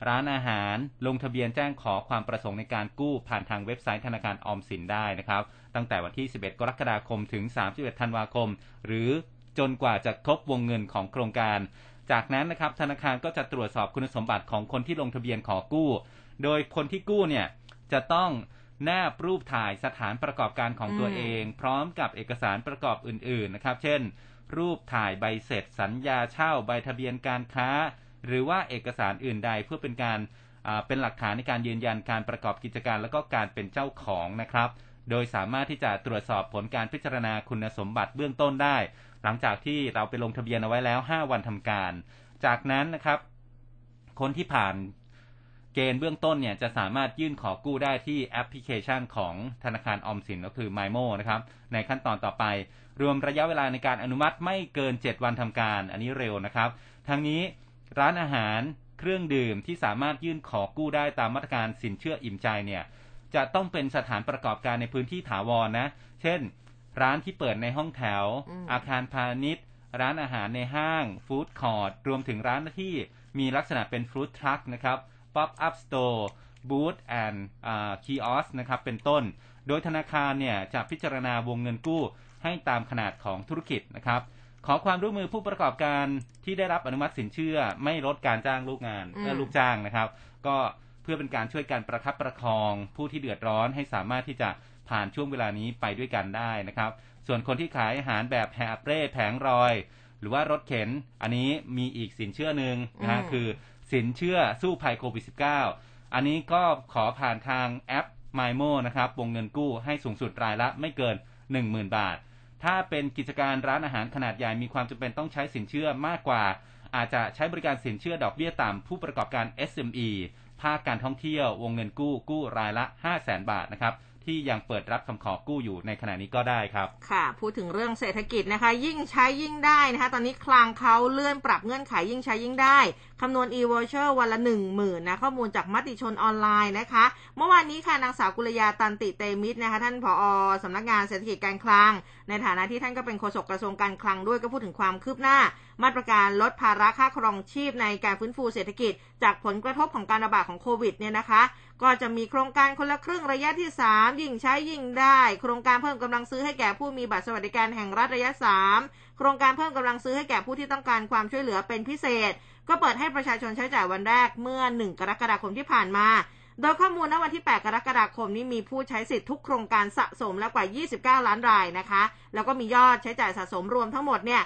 Speaker 3: ร้านอาหารลงทะเบียนแจ้งขอความประสงค์ในการกู้ผ่านทางเว็บไซต์ธนาคารออมสินได้นะครับตั้งแต่วันที่11กรกฎาคมถึง31ธันวาคมหรือจนกว่าจะครบวงเงินของโครงการจากนั้นนะครับธนาคารก็จะตรวจสอบคุณสมบัติของคนที่ลงทะเบียนขอกู้โดยคนที่กู้เนี่ยจะต้องแนบรูปถ่ายสถานประกอบการของตัวเองพร้อมกับเอกสารประกอบอื่นๆนะครับเช่นรูปถ่ายใบเสร็จสัญญาเช่าใบทะเบียนการค้าหรือว่าเอกสารอื่นใดเพื่อเป็นการเป็นหลักฐานในการยืนยันการประกอบกิจการและก็การเป็นเจ้าของนะครับโดยสามารถที่จะตรวจสอบผลการพิจารณาคุณสมบัติเบื้องต้นได้หลังจากที่เราไปลงทะเบียนเอาไว้แล้ว5วันทำการจากนั้นนะครับคนที่ผ่านเกณฑ์เบื้องต้นเนี่ยจะสามารถยื่นขอกู้ได้ที่แอปพลิเคชันของธนาคารออมสินก็คือ MyMo นะครับในขั้นตอนต่อไปรวมระยะเวลาในการอนุมัติไม่เกิน7วันทำการอันนี้เร็วนะครับทั้งนี้ร้านอาหารเครื่องดื่มที่สามารถยื่นขอกู้ได้ตามมาตรการสินเชื่ออิ่มใจเนี่ยจะต้องเป็นสถานประกอบการในพื้นที่ถาวรนะเช่นร้านที่เปิดในห้องแถวอาคารพาณิชย์ร้านอาหารในห้างฟู้ดคอร์ทรวมถึงร้านที่มีลักษณะเป็นฟู้ดทรัคนะครับPop-up Store Booth and Kiosk นะครับเป็นต้นโดยธนาคารเนี่ยจะพิจารณาวงเงินกู้ให้ตามขนาดของธุรกิจนะครับขอความร่วมมือผู้ประกอบการที่ได้รับอนุมัติสินเชื่อไม่ลดการจ้างลูกจ้างนะครับก็เพื่อเป็นการช่วยกันประคับประคองผู้ที่เดือดร้อนให้สามารถที่จะผ่านช่วงเวลานี้ไปด้วยกันได้นะครับส่วนคนที่ขายอาหารแบบแฮปเร่แผงรอยหรือว่ารถเข็นอันนี้มีอีกสินเชื่อนึงนะคือสินเชื่อสู้ภัยโควิด -19 อันนี้ก็ขอผ่านทางแอป MyMo นะครับวงเงินกู้ให้สูงสุดรายละไม่เกิน 10,000 บาทถ้าเป็นกิจการร้านอาหารขนาดใหญ่มีความจำเป็นต้องใช้สินเชื่อมากกว่าอาจจะใช้บริการสินเชื่อดอกเบี้ยต่ำผู้ประกอบการ SME ภาคการท่องเที่ยววงเงินกู้รายละ 500,000 บาทนะครับที่ยังเปิดรับคำขอกู้อยู่ในขณะนี้ก็ได้ครับ
Speaker 2: ค่ะพูดถึงเรื่องเศรษฐกิจนะคะยิ่งใช้ยิ่งได้นะคะตอนนี้คลังเขาเลื่อนปรับเงื่อนไขยิ่งใช้ยิ่งได้คำนวณ e-voucher วันละ 10,000 นะข้อมูลจากมติชนออนไลน์นะคะเมื่อวานนี้ค่ะนางสาวกุลยาตันติเตมิตรนะคะท่านผอ.สำนักงานเศรษฐกิจการคลังในฐานะที่ท่านก็เป็นโฆษกกระทรวงการคลังด้วยก็พูดถึงความคืบหน้ามาตรการลดภาระค่าครองชีพในการฟื้นฟูเศรษฐกิจจากผลกระทบของการระบาดของโควิดเนี่ยนะคะก็จะมีโครงการคนละครึ่งระยะที่3ยิ่งใช้ยิ่งได้โครงการเพิ่มกำลังซื้อให้แก่ผู้มีบัตรสวัสดิการแห่งรัฐระยะ3โครงการเพิ่มกำลังซื้อให้แก่ผู้ที่ต้องการความช่วยเหลือเป็นพิเศษก็เปิดให้ประชาชนใช้จ่ายวันแรกเมื่อ1กรกฎาคมที่ผ่านมาโดยข้อมูลณวันที่8กรกฎาคมนี้มีผู้ใช้สิทธิ์ทุกโครงการสะสมแล้วกว่า29ล้านรายนะคะแล้วก็มียอดใช้จ่ายสะสมรวมทั้งหมดเนี่ย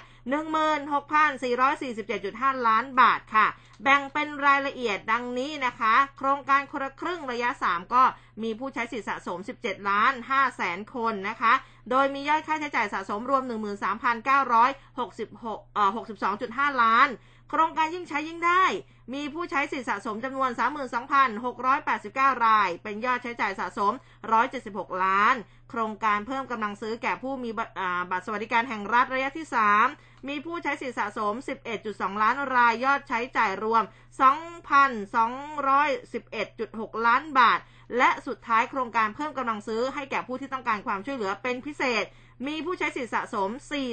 Speaker 2: 16,447.5 ล้านบาทค่ะแบ่งเป็นรายละเอียดดังนี้นะคะโครงการคนละครึ่งระยะ3ก็มีผู้ใช้สิทธิ์สะสม 17,500,000 คนนะคะโดยมียอดค่าใช้จ่ายสะสมรวม 13,962.5 ล้านโครงการยิ่งใช้ยิ่งได้มีผู้ใช้สิทธิสะสมจำนวน 32,689 รายเป็นยอดใช้จ่ายสะสม176ล้านโครงการเพิ่มกำลังซื้อแก่ผู้มีบัตรสวัสดิการแห่งรัฐระยะที่3มีผู้ใช้สิทธิสะสม 11.2 ล้านรายยอดใช้จ่ายรวม 2,211.6 ล้านบาทและสุดท้ายโครงการเพิ่มกำลังซื้อให้แก่ผู้ที่ต้องการความช่วยเหลือเป็นพิเศษมีผู้ใช้สิทธิสะสม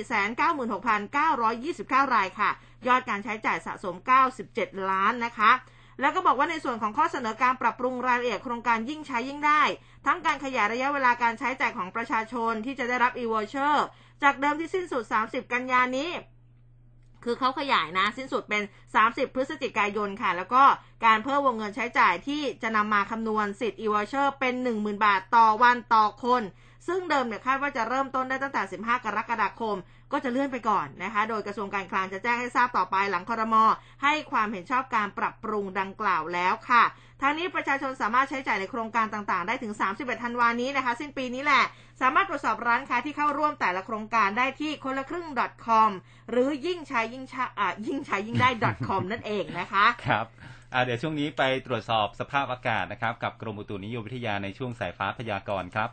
Speaker 2: 496,929 รายค่ะยอดการใช้จ่ายสะสม97ล้านนะคะแล้วก็บอกว่าในส่วนของข้อเสนอการปรับปรุงรายละเอียดโครงการยิ่งใช้ยิ่งได้ทั้งการขยายระยะเวลาการใช้จ่ายของประชาชนที่จะได้รับ e-voucher จากเดิมที่สิ้นสุด30กันยายนนี้คือเขาขยายนะสิ้นสุดเป็น30พฤศจิกายนค่ะแล้วก็การเพิ่มวงเงินใช้จ่ายที่จะนำมาคำนวณสิทธิ์ e-voucher เป็น 10,000 บาทต่อวันต่อคนซึ่งเดิมเนี่ยคาดว่าจะเริ่มต้นได้ตั้งแต่15กรกฎาคมก็จะเลื่อนไปก่อนนะคะโดยกระทรวงการคลังจะแจ้งให้ทราบต่อไปหลังครม.ให้ความเห็นชอบการปรับปรุงดังกล่าวแล้วค่ะทางนี้ประชาชนสามารถใช้จ่ายในโครงการต่างๆได้ถึง31ธันวาคมนี้นะคะสิ้นปีนี้แหละสามารถตรวจสอบร้านค้าที่เข้าร่วมแต่ละโครงการได้ที่คนละครึ่ง .com หรือยิ่งใช้ยิ่งได้ .com นั่นเองนะคะ
Speaker 3: ครับเดี๋ยวช่วงนี้ไปตรวจสอบสภาพอากาศนะครับกับกรมอุตุนิยมวิทยาในช่วงสายฟ้าพยากรณ์ครับ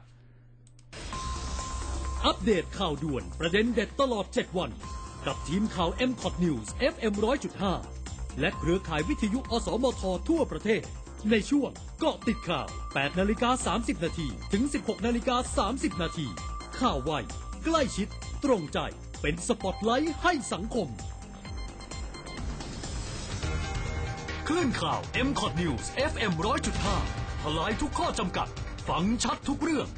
Speaker 4: อัปเดตข่าวด่วนประเด็นเด็ดตลอด7วันกับทีมข่าว MCOT News FM 100.5 และเครือข่ายวิทยุอสมททั่วประเทศในช่วงเกาะติดข่าว 8:30 นาทีถึง 16:30 นาทีข่าวไวใกล้ชิดตรงใจเป็นสปอตไลท์ให้สังคมคลื่นข่าว MCOT News FM 100.5 ทลายทุกข้อจำกัดฟังชัดทุกเรื่อง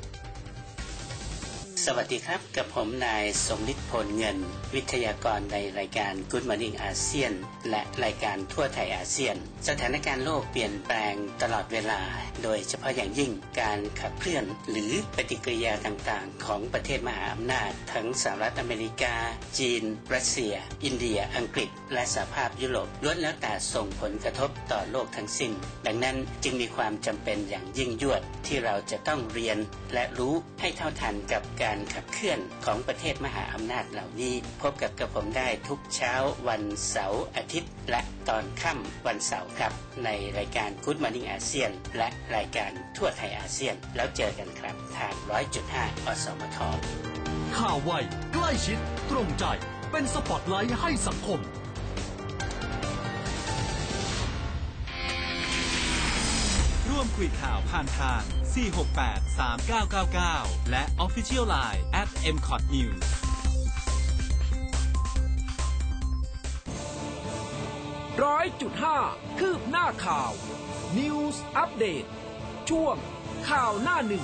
Speaker 5: สวัสดีครับกับผมนายสมฤทธิ์ ผลเงินวิทยากรในรายการ Good Morning อาเซียนและรายการทั่วไทยอาเซียนสถานการณ์โลกเปลี่ยนแปลงตลอดเวลาโดยเฉพาะอย่างยิ่งการขับเคลื่อนหรือปฏิกิริยาต่างๆของประเทศมหาอำนาจทั้งสหรัฐอเมริกาจีนรัสเซียอินเดียอังกฤษและสหภาพยุโรปล้วนแล้วแต่ส่งผลกระทบต่อโลกทั้งสิ้นดังนั้นจึงมีความจำเป็นอย่างยิ่งยวดที่เราจะต้องเรียนและรู้ให้เท่าทันกับการขับเคลื่อนของประเทศมหาอำนาจเหล่านี้พบกับผมได้ทุกเช้าวันเสาร์อาทิตย์และตอนค่ำวันเสาร์ครับในรายการ Good Morning อาเซียนและรายการทั่วไทยอาเซียนแล้วเจอกันครับทาง 100.5 อสมท
Speaker 4: ข่าวไวใกล้ชิดตรงใจเป็นสปอตไลท์ให้สังคม
Speaker 6: ร่วมคุยข่าวผ่านทาง4683999และ Official Line @mcotnews
Speaker 1: 100.5 คืบหน้าข่าว News Update ช่วงข่าวหน้าหนึ่ง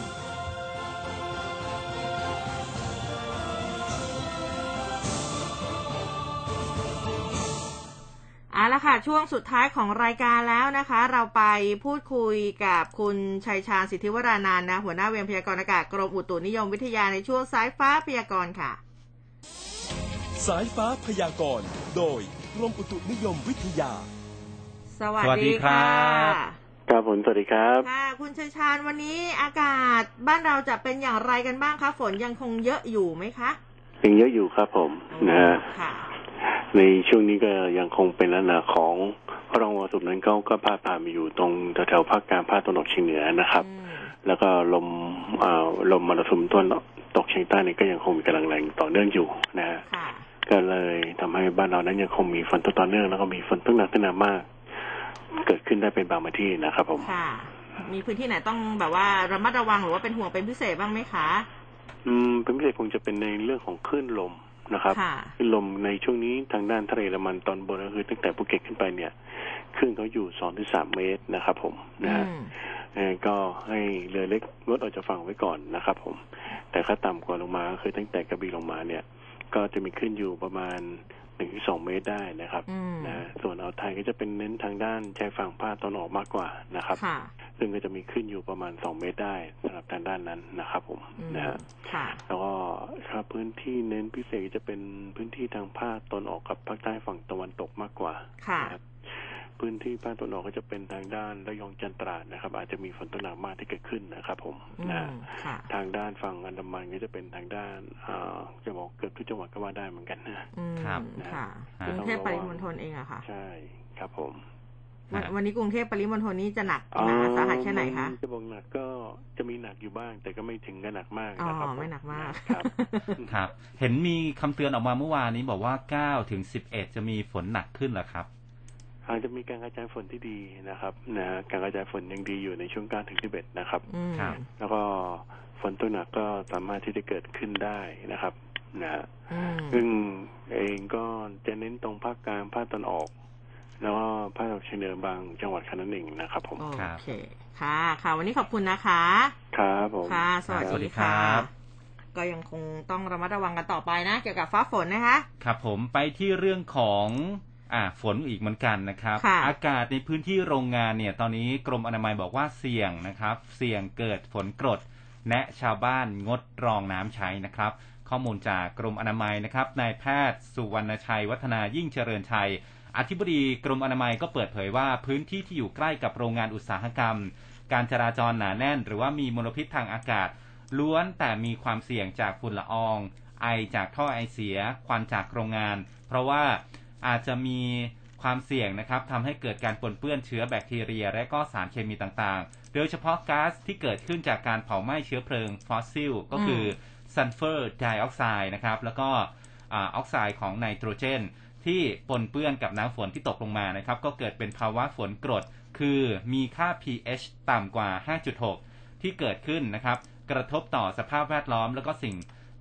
Speaker 2: เอาละค่ะช่วงสุดท้ายของรายการแล้วนะคะเราไปพูดคุยกับคุณชัยชาญสิทธิวรานานท์นะหัวหน้าเวรพยากรณ์อากาศกรมอุตุนิยมวิทยาในช่วงสายฟ้าพยากรณ์ค่ะ
Speaker 7: สายฟ้าพยากรณ์โดยกรมอุตุนิยมวิทยา
Speaker 2: สวัสดีครับ
Speaker 8: ครับผมสวัสดีครับ
Speaker 2: ค่ะคุณชัยชาญวันนี้อากาศบ้านเราจะเป็นอย่างไรกันบ้างคะฝนยังคงเยอะอยู่ไหมคะ
Speaker 8: ยังเยอะอยู่ครับผมนะฮะในช่วงนี้ก็ยังคงเป็นลักษณะของร่องมรสุมนั้นก็พาดผ่านมาอยู่ตรงแถวๆภาคกลางภาคตะวันออกเฉียงเหนือนะครับแล้วก็ลมมรสุมตะวันตกเฉียงใต้นี่ก็ยังคงมีกำลังแรงต่อเนื่องอยู่นะฮะก็เลยทำให้บ้านเรานั้นยังคงมีฝนตกต่อเนื่องแล้วก็มีฝนตกหนักถึงหนักมากเกิดขึ้นได้เป็นบางพื้นที่นะครับผม
Speaker 2: มีพื้นที่ไหนต้องแบบว่าระมัดระวังหรือว่าเป็นห่วงเป็นพิเศษบ้างไหมคะ
Speaker 8: เป็นพิเศษคงจะเป็นในเรื่องของคลื่นลมนะครับคลื่นลมในช่วงนี้ทางด้านทะเลอันดามันตอนบนก็คือตั้งแต่ภูเก็ตขึ้นไปเนี่ยคลื่นเขาอยู่ 2-3 เมตรนะครับผมนะฮะก็ให้เรือเล็กงดออกจากฝั่งไว้ก่อนนะครับผมแต่ถ้าต่ำกว่าลงมาคือตั้งแต่กระบี่ลงมาเนี่ยก็จะมีคลื่นอยู่ประมาณ 1-2 เมตรได้นะครับนะส่วนอ่าวไทยก็จะเป็นเน้นทางด้านชายฝั่งภาคตะวันออกมากกว่านะครับซึ่งก็จะมีขึ้นอยู่ประมาณ2 เมตรได้สำหรับทางด้านนั้นนะครับผมนะฮะแล้วก็ครับพื้นที่เน้นพิเศษจะเป็นพื้นที่ทางภาคตะวันออกกับภาคใต้ฝั่งตะวันตกมากกว่านะครับพื้นที่ภาคตะวันออกก็จะเป็นทางด้านระยองจันทราดนะครับอาจจะมีฝนตกหนักมากที่เกิดขึ้นนะครับผมนะทางด้านฝั่งอันดามันก็จะเป็นทางด้านจะบอกเกือบทุกจังหวัดก็ว่าได้เหมือนกัน
Speaker 2: นะครับกรุงเทพปริมณฑลเองอะค่ะ
Speaker 8: ใช่ครับผม
Speaker 2: วันนี้กรุงเทพปริมณฑลนี้จะหนักสาหัสแค่ไหนคะ
Speaker 8: จะบอกหนักก็จะมีหนักอยู่บ้างแต่ก็ไม่ถึงกับหนักมากนะครับ
Speaker 2: ไม่หนักมาก
Speaker 3: ครับเห็นมีคำเตือนออกมาเมื่อวานนี้บอกว่า9-11จะมีฝนหนักขึ้นเหรอครับ
Speaker 8: อาจจะมีการกระจายฝนที่ดีนะครับนะการกระจายฝนยังดีอยู่ในช่วง9-11นะครับแล้วก็ฝนตกหนักก็สามารถที่จะเกิดขึ้นได้นะครับนะซึ่งเองก็จะเน้นตรงภาคกลางภาคตะวันออกแล้วก็ภาคตะวันออกเฉียงเหนือบางจังหวัดแค่นั้นเองนะครับผม
Speaker 2: โอเคค่ะวันนี้ขอบคุณนะคะ
Speaker 8: ครับผม
Speaker 2: ค่ะสวัสดีค่ะก็ยังคงต้องระมัดระวังกันต่อไปนะเกี่ยวกับฟ้าฝนนะคะ
Speaker 3: ครับผมไปที่เรื่องของฝนอีกเหมือนกันนะครับอากาศในพื้นที่โรงงานเนี่ยตอนนี้กรมอนามัยบอกว่าเสี่ยงนะครับเสี่ยงเกิดฝนกรดแนะชาวบ้านงดรองน้ำใช้นะครับข้อมูลจากกรมอนามัยนะครับนายแพทย์สุวรรณชัยวัฒนายิ่งเจริญชัยอธิบดีกรมอนามัยก็เปิดเผยว่าพื้นที่ที่อยู่ใกล้กับโรงงานอุตสาหกรรมการจราจรหนาแน่นหรือว่ามีมลพิษทางอากาศล้วนแต่มีความเสี่ยงจากฝุ่นละอองไอจากท่อไอเสียควันจากโรงงานเพราะว่าอาจจะมีความเสี่ยงนะครับทำให้เกิดการปนเปื้อนเชื้อแบคทีเรียและก็สารเคมีต่างๆโดยเฉพาะก๊าซที่เกิดขึ้นจากการเผาไหม้เชื้อเพลิงฟอสซิลก็คือซัลเฟอร์ไดออกไซด์นะครับแล้วก็ออกไซด์ของไนโตรเจนที่ปนเปื้อนกับน้ำฝนที่ตกลงมานะครับก็เกิดเป็นภาวะฝนกรดคือมีค่า pH ต่ำกว่า 5.6 ที่เกิดขึ้นนะครับกระทบต่อสภาพแวดล้อมแล้วก็สิ่ง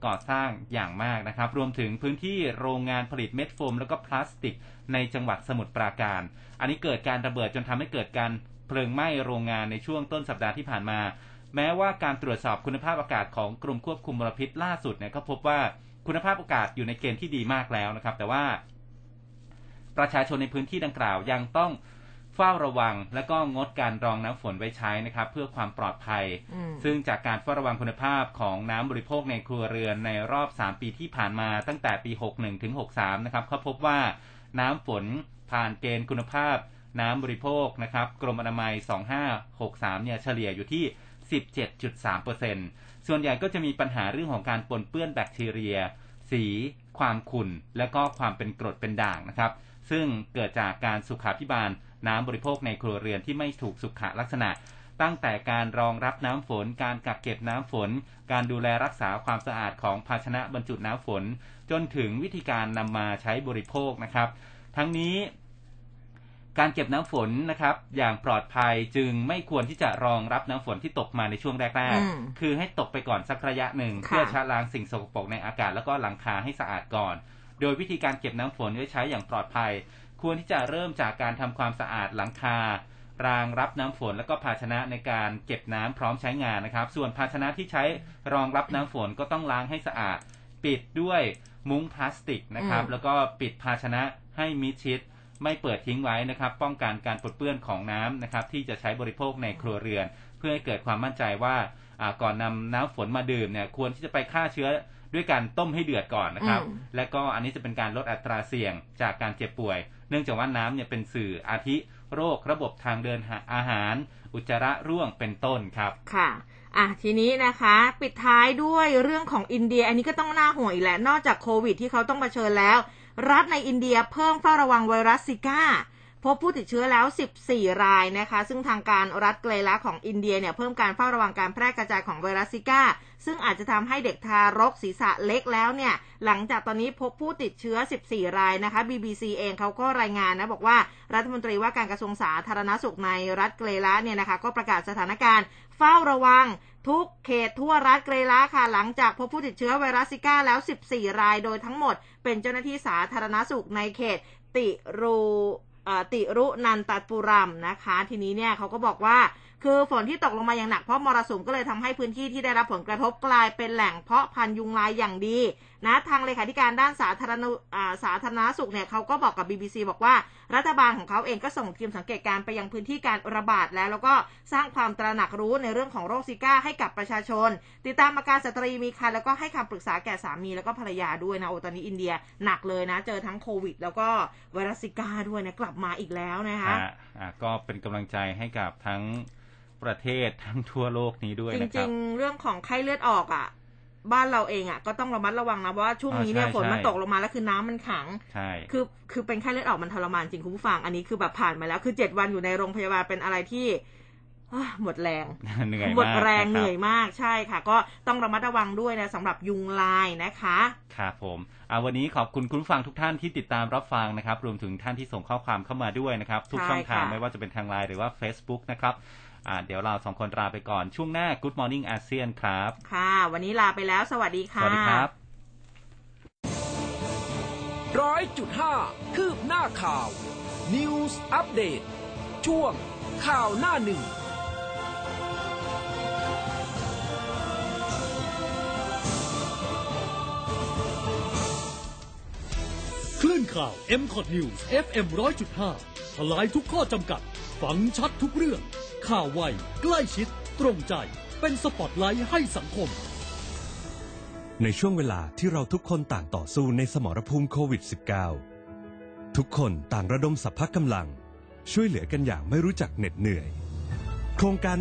Speaker 3: ก่อสร้างอย่างมากนะครับรวมถึงพื้นที่โรงงานผลิตเม็ดโฟมแล้วก็พลาสติกในจังหวัดสมุทรปราการอันนี้เกิดการระเบิดจนทำให้เกิดการเพลิงไหม้โรงงานในช่วงต้นสัปดาห์ที่ผ่านมาแม้ว่าการตรวจสอบคุณภาพอากาศของกรมควบคุมมลพิษล่าสุดเนี่ยก็พบว่าคุณภาพอากาศอยู่ในเกณฑ์ที่ดีมากแล้วนะครับแต่ว่าประชาชนในพื้นที่ดังกล่าวยังต้องเฝ้าระวังและก็งดการรองน้ำฝนไว้ใช้นะครับเพื่อความปลอดภัยซึ่งจากการเฝ้าระวังคุณภาพของน้ำบริโภคในครัวเรือนในรอบ3ปีที่ผ่านมาตั้งแต่ปี61ถึง63นะครับเขาพบว่าน้ำฝนผ่านเกณฑ์คุณภาพน้ำบริโภคนะครับกรมอนามัย2563เนี่ยเฉลี่ยอยู่ที่ 17.3% ส่วนใหญ่ก็จะมีปัญหาเรื่องของการปนเปื้อนแบคทีเรียสีความขุ่นและก็ความเป็นกรดเป็นด่างนะครับซึ่งเกิดจากการสุขาภิบาลน้ำบริโภคในครัวเรือนที่ไม่ถูกสุขลักษณะตั้งแต่การรองรับน้ำฝนการกักเก็บน้ำฝนการดูแลรักษาความสะอาดของภาชนะบรรจุน้ำฝนจนถึงวิธีการนำมาใช้บริโภคนะครับทั้งนี้การเก็บน้ำฝนนะครับอย่างปลอดภัยจึงไม่ควรที่จะรองรับน้ำฝนที่ตกมาในช่วงแรกๆคือให้ตกไปก่อนสักระยะหนึ่งเพื่อชะล้างสิ่งสกปรกในอากาศแล้วก็หลังคาให้สะอาดก่อนโดยวิธีการเก็บน้ำฝนไว้ใช้อย่างปลอดภัยควรที่จะเริ่มจากการทำความสะอาดหลังคารางรับน้ำฝนแล้วก็ภาชนะในการเก็บน้ำพร้อมใช้งานนะครับส่วนภาชนะที่ใช้รองรับน้ำฝนก็ต้องล้างให้สะอาดปิดด้วยมุ้งพลาสติกนะครับแล้วก็ปิดภาชนะให้มิดชิดไม่เปิดทิ้งไว้นะครับป้องกันการปนเปื้อนของน้ำนะครับที่จะใช้บริโภคในครัวเรือนเพื่อให้เกิดความมั่นใจว่าก่อนนำน้ำฝนมาดื่มเนี่ยควรที่จะไปฆ่าเชื้อด้วยการต้มให้เดือดก่อนนะครับและก็อันนี้จะเป็นการลดอัตราเสี่ยงจากการเจ็บป่วยเนื่องจากว่าน้ำเนี่ยเป็นสื่ออาทิโรคระบบทางเดินอาหารอุจจาระร่วงเป็นต้นครับ
Speaker 2: ค่ะทีนี้นะคะปิดท้ายด้วยเรื่องของอินเดียอันนี้ก็ต้องน่าห่วงอีกแหละนอกจากโควิดที่เขาต้องเผชิญแล้วรัฐในอินเดียเพิ่มเฝ้าระวังไวรัสซิก้าพบผู้ติดเชื้อแล้ว14รายนะคะซึ่งทางการรัฐเกรละของอินเดียเนี่ยเพิ่มการเฝ้าระวังการแพร่กระจายของไวรัสซิก้าซึ่งอาจจะทำให้เด็กทารกศีรษะเล็กแล้วเนี่ยหลังจากตอนนี้พบผู้ติดเชื้อ14รายนะคะ BBC เองเขาก็รายงานนะบอกว่ารัฐมนตรีว่าการกระทรวงสาธารณสุขในรัฐเกรละเนี่ยนะคะก็ประกาศสถานการณ์เฝ้าระวังทุกเขตทั่วรัฐเกรละค่ะหลังจากพบผู้ติดเชื้อไวรัสซิก้าแล้ว14รายโดยทั้งหมดเป็นเจ้าหน้าที่สาธารณสุขในเขตติรุนันตปุรัมนะคะทีนี้เนี่ยเขาก็บอกว่าคือฝนที่ตกลงมาอย่างหนักเพราะมรสุมก็เลยทำให้พื้นที่ที่ได้รับผลกระทบกลายเป็นแหล่งเพาะพันธุ์ยุงลายอย่างดีนะทางเลขาธิการด้านสาธารณสุขเนี่ยเขาก็บอกกับ BBC บอกว่ารัฐบาลของเขาเองก็ส่งทีมสังเกตการณ์ไปยังพื้นที่การระบาดแล้วก็สร้างความตระหนักรู้ในเรื่องของโรคซิก้าให้กับประชาชนติดตามอาการสตรีมีครรภ์แล้วก็ให้คำปรึกษาแก่สามีแล้วก็ภรรยาด้วยนะตอนนี้อินเดียหนักเลยนะเจอทั้งโควิดแล้วก็ไวรัสซิก้าด้วยนะกลับมาอีกแล้วนะคะ
Speaker 3: ก็เป็นกำลังใจให้กับทั้งประเทศทั้งทั่วโลกนี้ด้วยนะครับ
Speaker 2: จริงๆเรื่องของไข้เลือดออกบ้านเราเองก็ต้องระมัดระวังนะเพราะว่าช่วงนี้เนี่ยฝนมันตกลงมาแล้วคือน้ำมันขัง
Speaker 3: ใช่
Speaker 2: คือเป็นไข้เลือดออกมันทรมานจริงคุณผู้ฟังอันนี้คือแบบผ่านมาแล้วคือ7วันอยู่ในโรงพยาบาลเป็นอะไรที่หมดแรง หมดแรงเหนื่อยมากใช่ค่ะก็ต้องระมัดระวังด้วยนะสำหรับยุงลายนะคะ
Speaker 3: ครับผมวันนี้ขอบคุณคุณผู้ฟังทุกท่านที่ติดตามรับฟังนะครับรวมถึงท่านที่ส่งข้อความเข้ามาด้วยนะครับทุกช่องทางไม่ว่าจะเป็นทาง LINE หรือว่า Facebook นะครับเดี๋ยวเรา2คนลาไปก่อนช่วงหน้า Good Morning อาเซียนครับ
Speaker 2: ค่ะวันนี้ลาไปแล้วสวัสดีค่ะ
Speaker 3: สวัสดีครับ
Speaker 1: 100.5 คืบหน้าข่าว News Update ช่วงข่าวหน้าหนึ่ง
Speaker 4: คลื่นข่าว MCOT News FM 100.5 ทลายทุกข้อจำกัดฟังชัดทุกเรื่องข่าวไวใกล้ชิดตรงใจเป็นสปอตไลท์ให้สังคม
Speaker 7: ในช่วงเวลาที่เราทุกคนต่างต่อสู้ในสมรภูมิโควิด -19 ทุกคนต่างระดมสรรพกำลังช่วยเหลือกันอย่างไม่รู้จักเหน็ดเหนื่อยโครงการ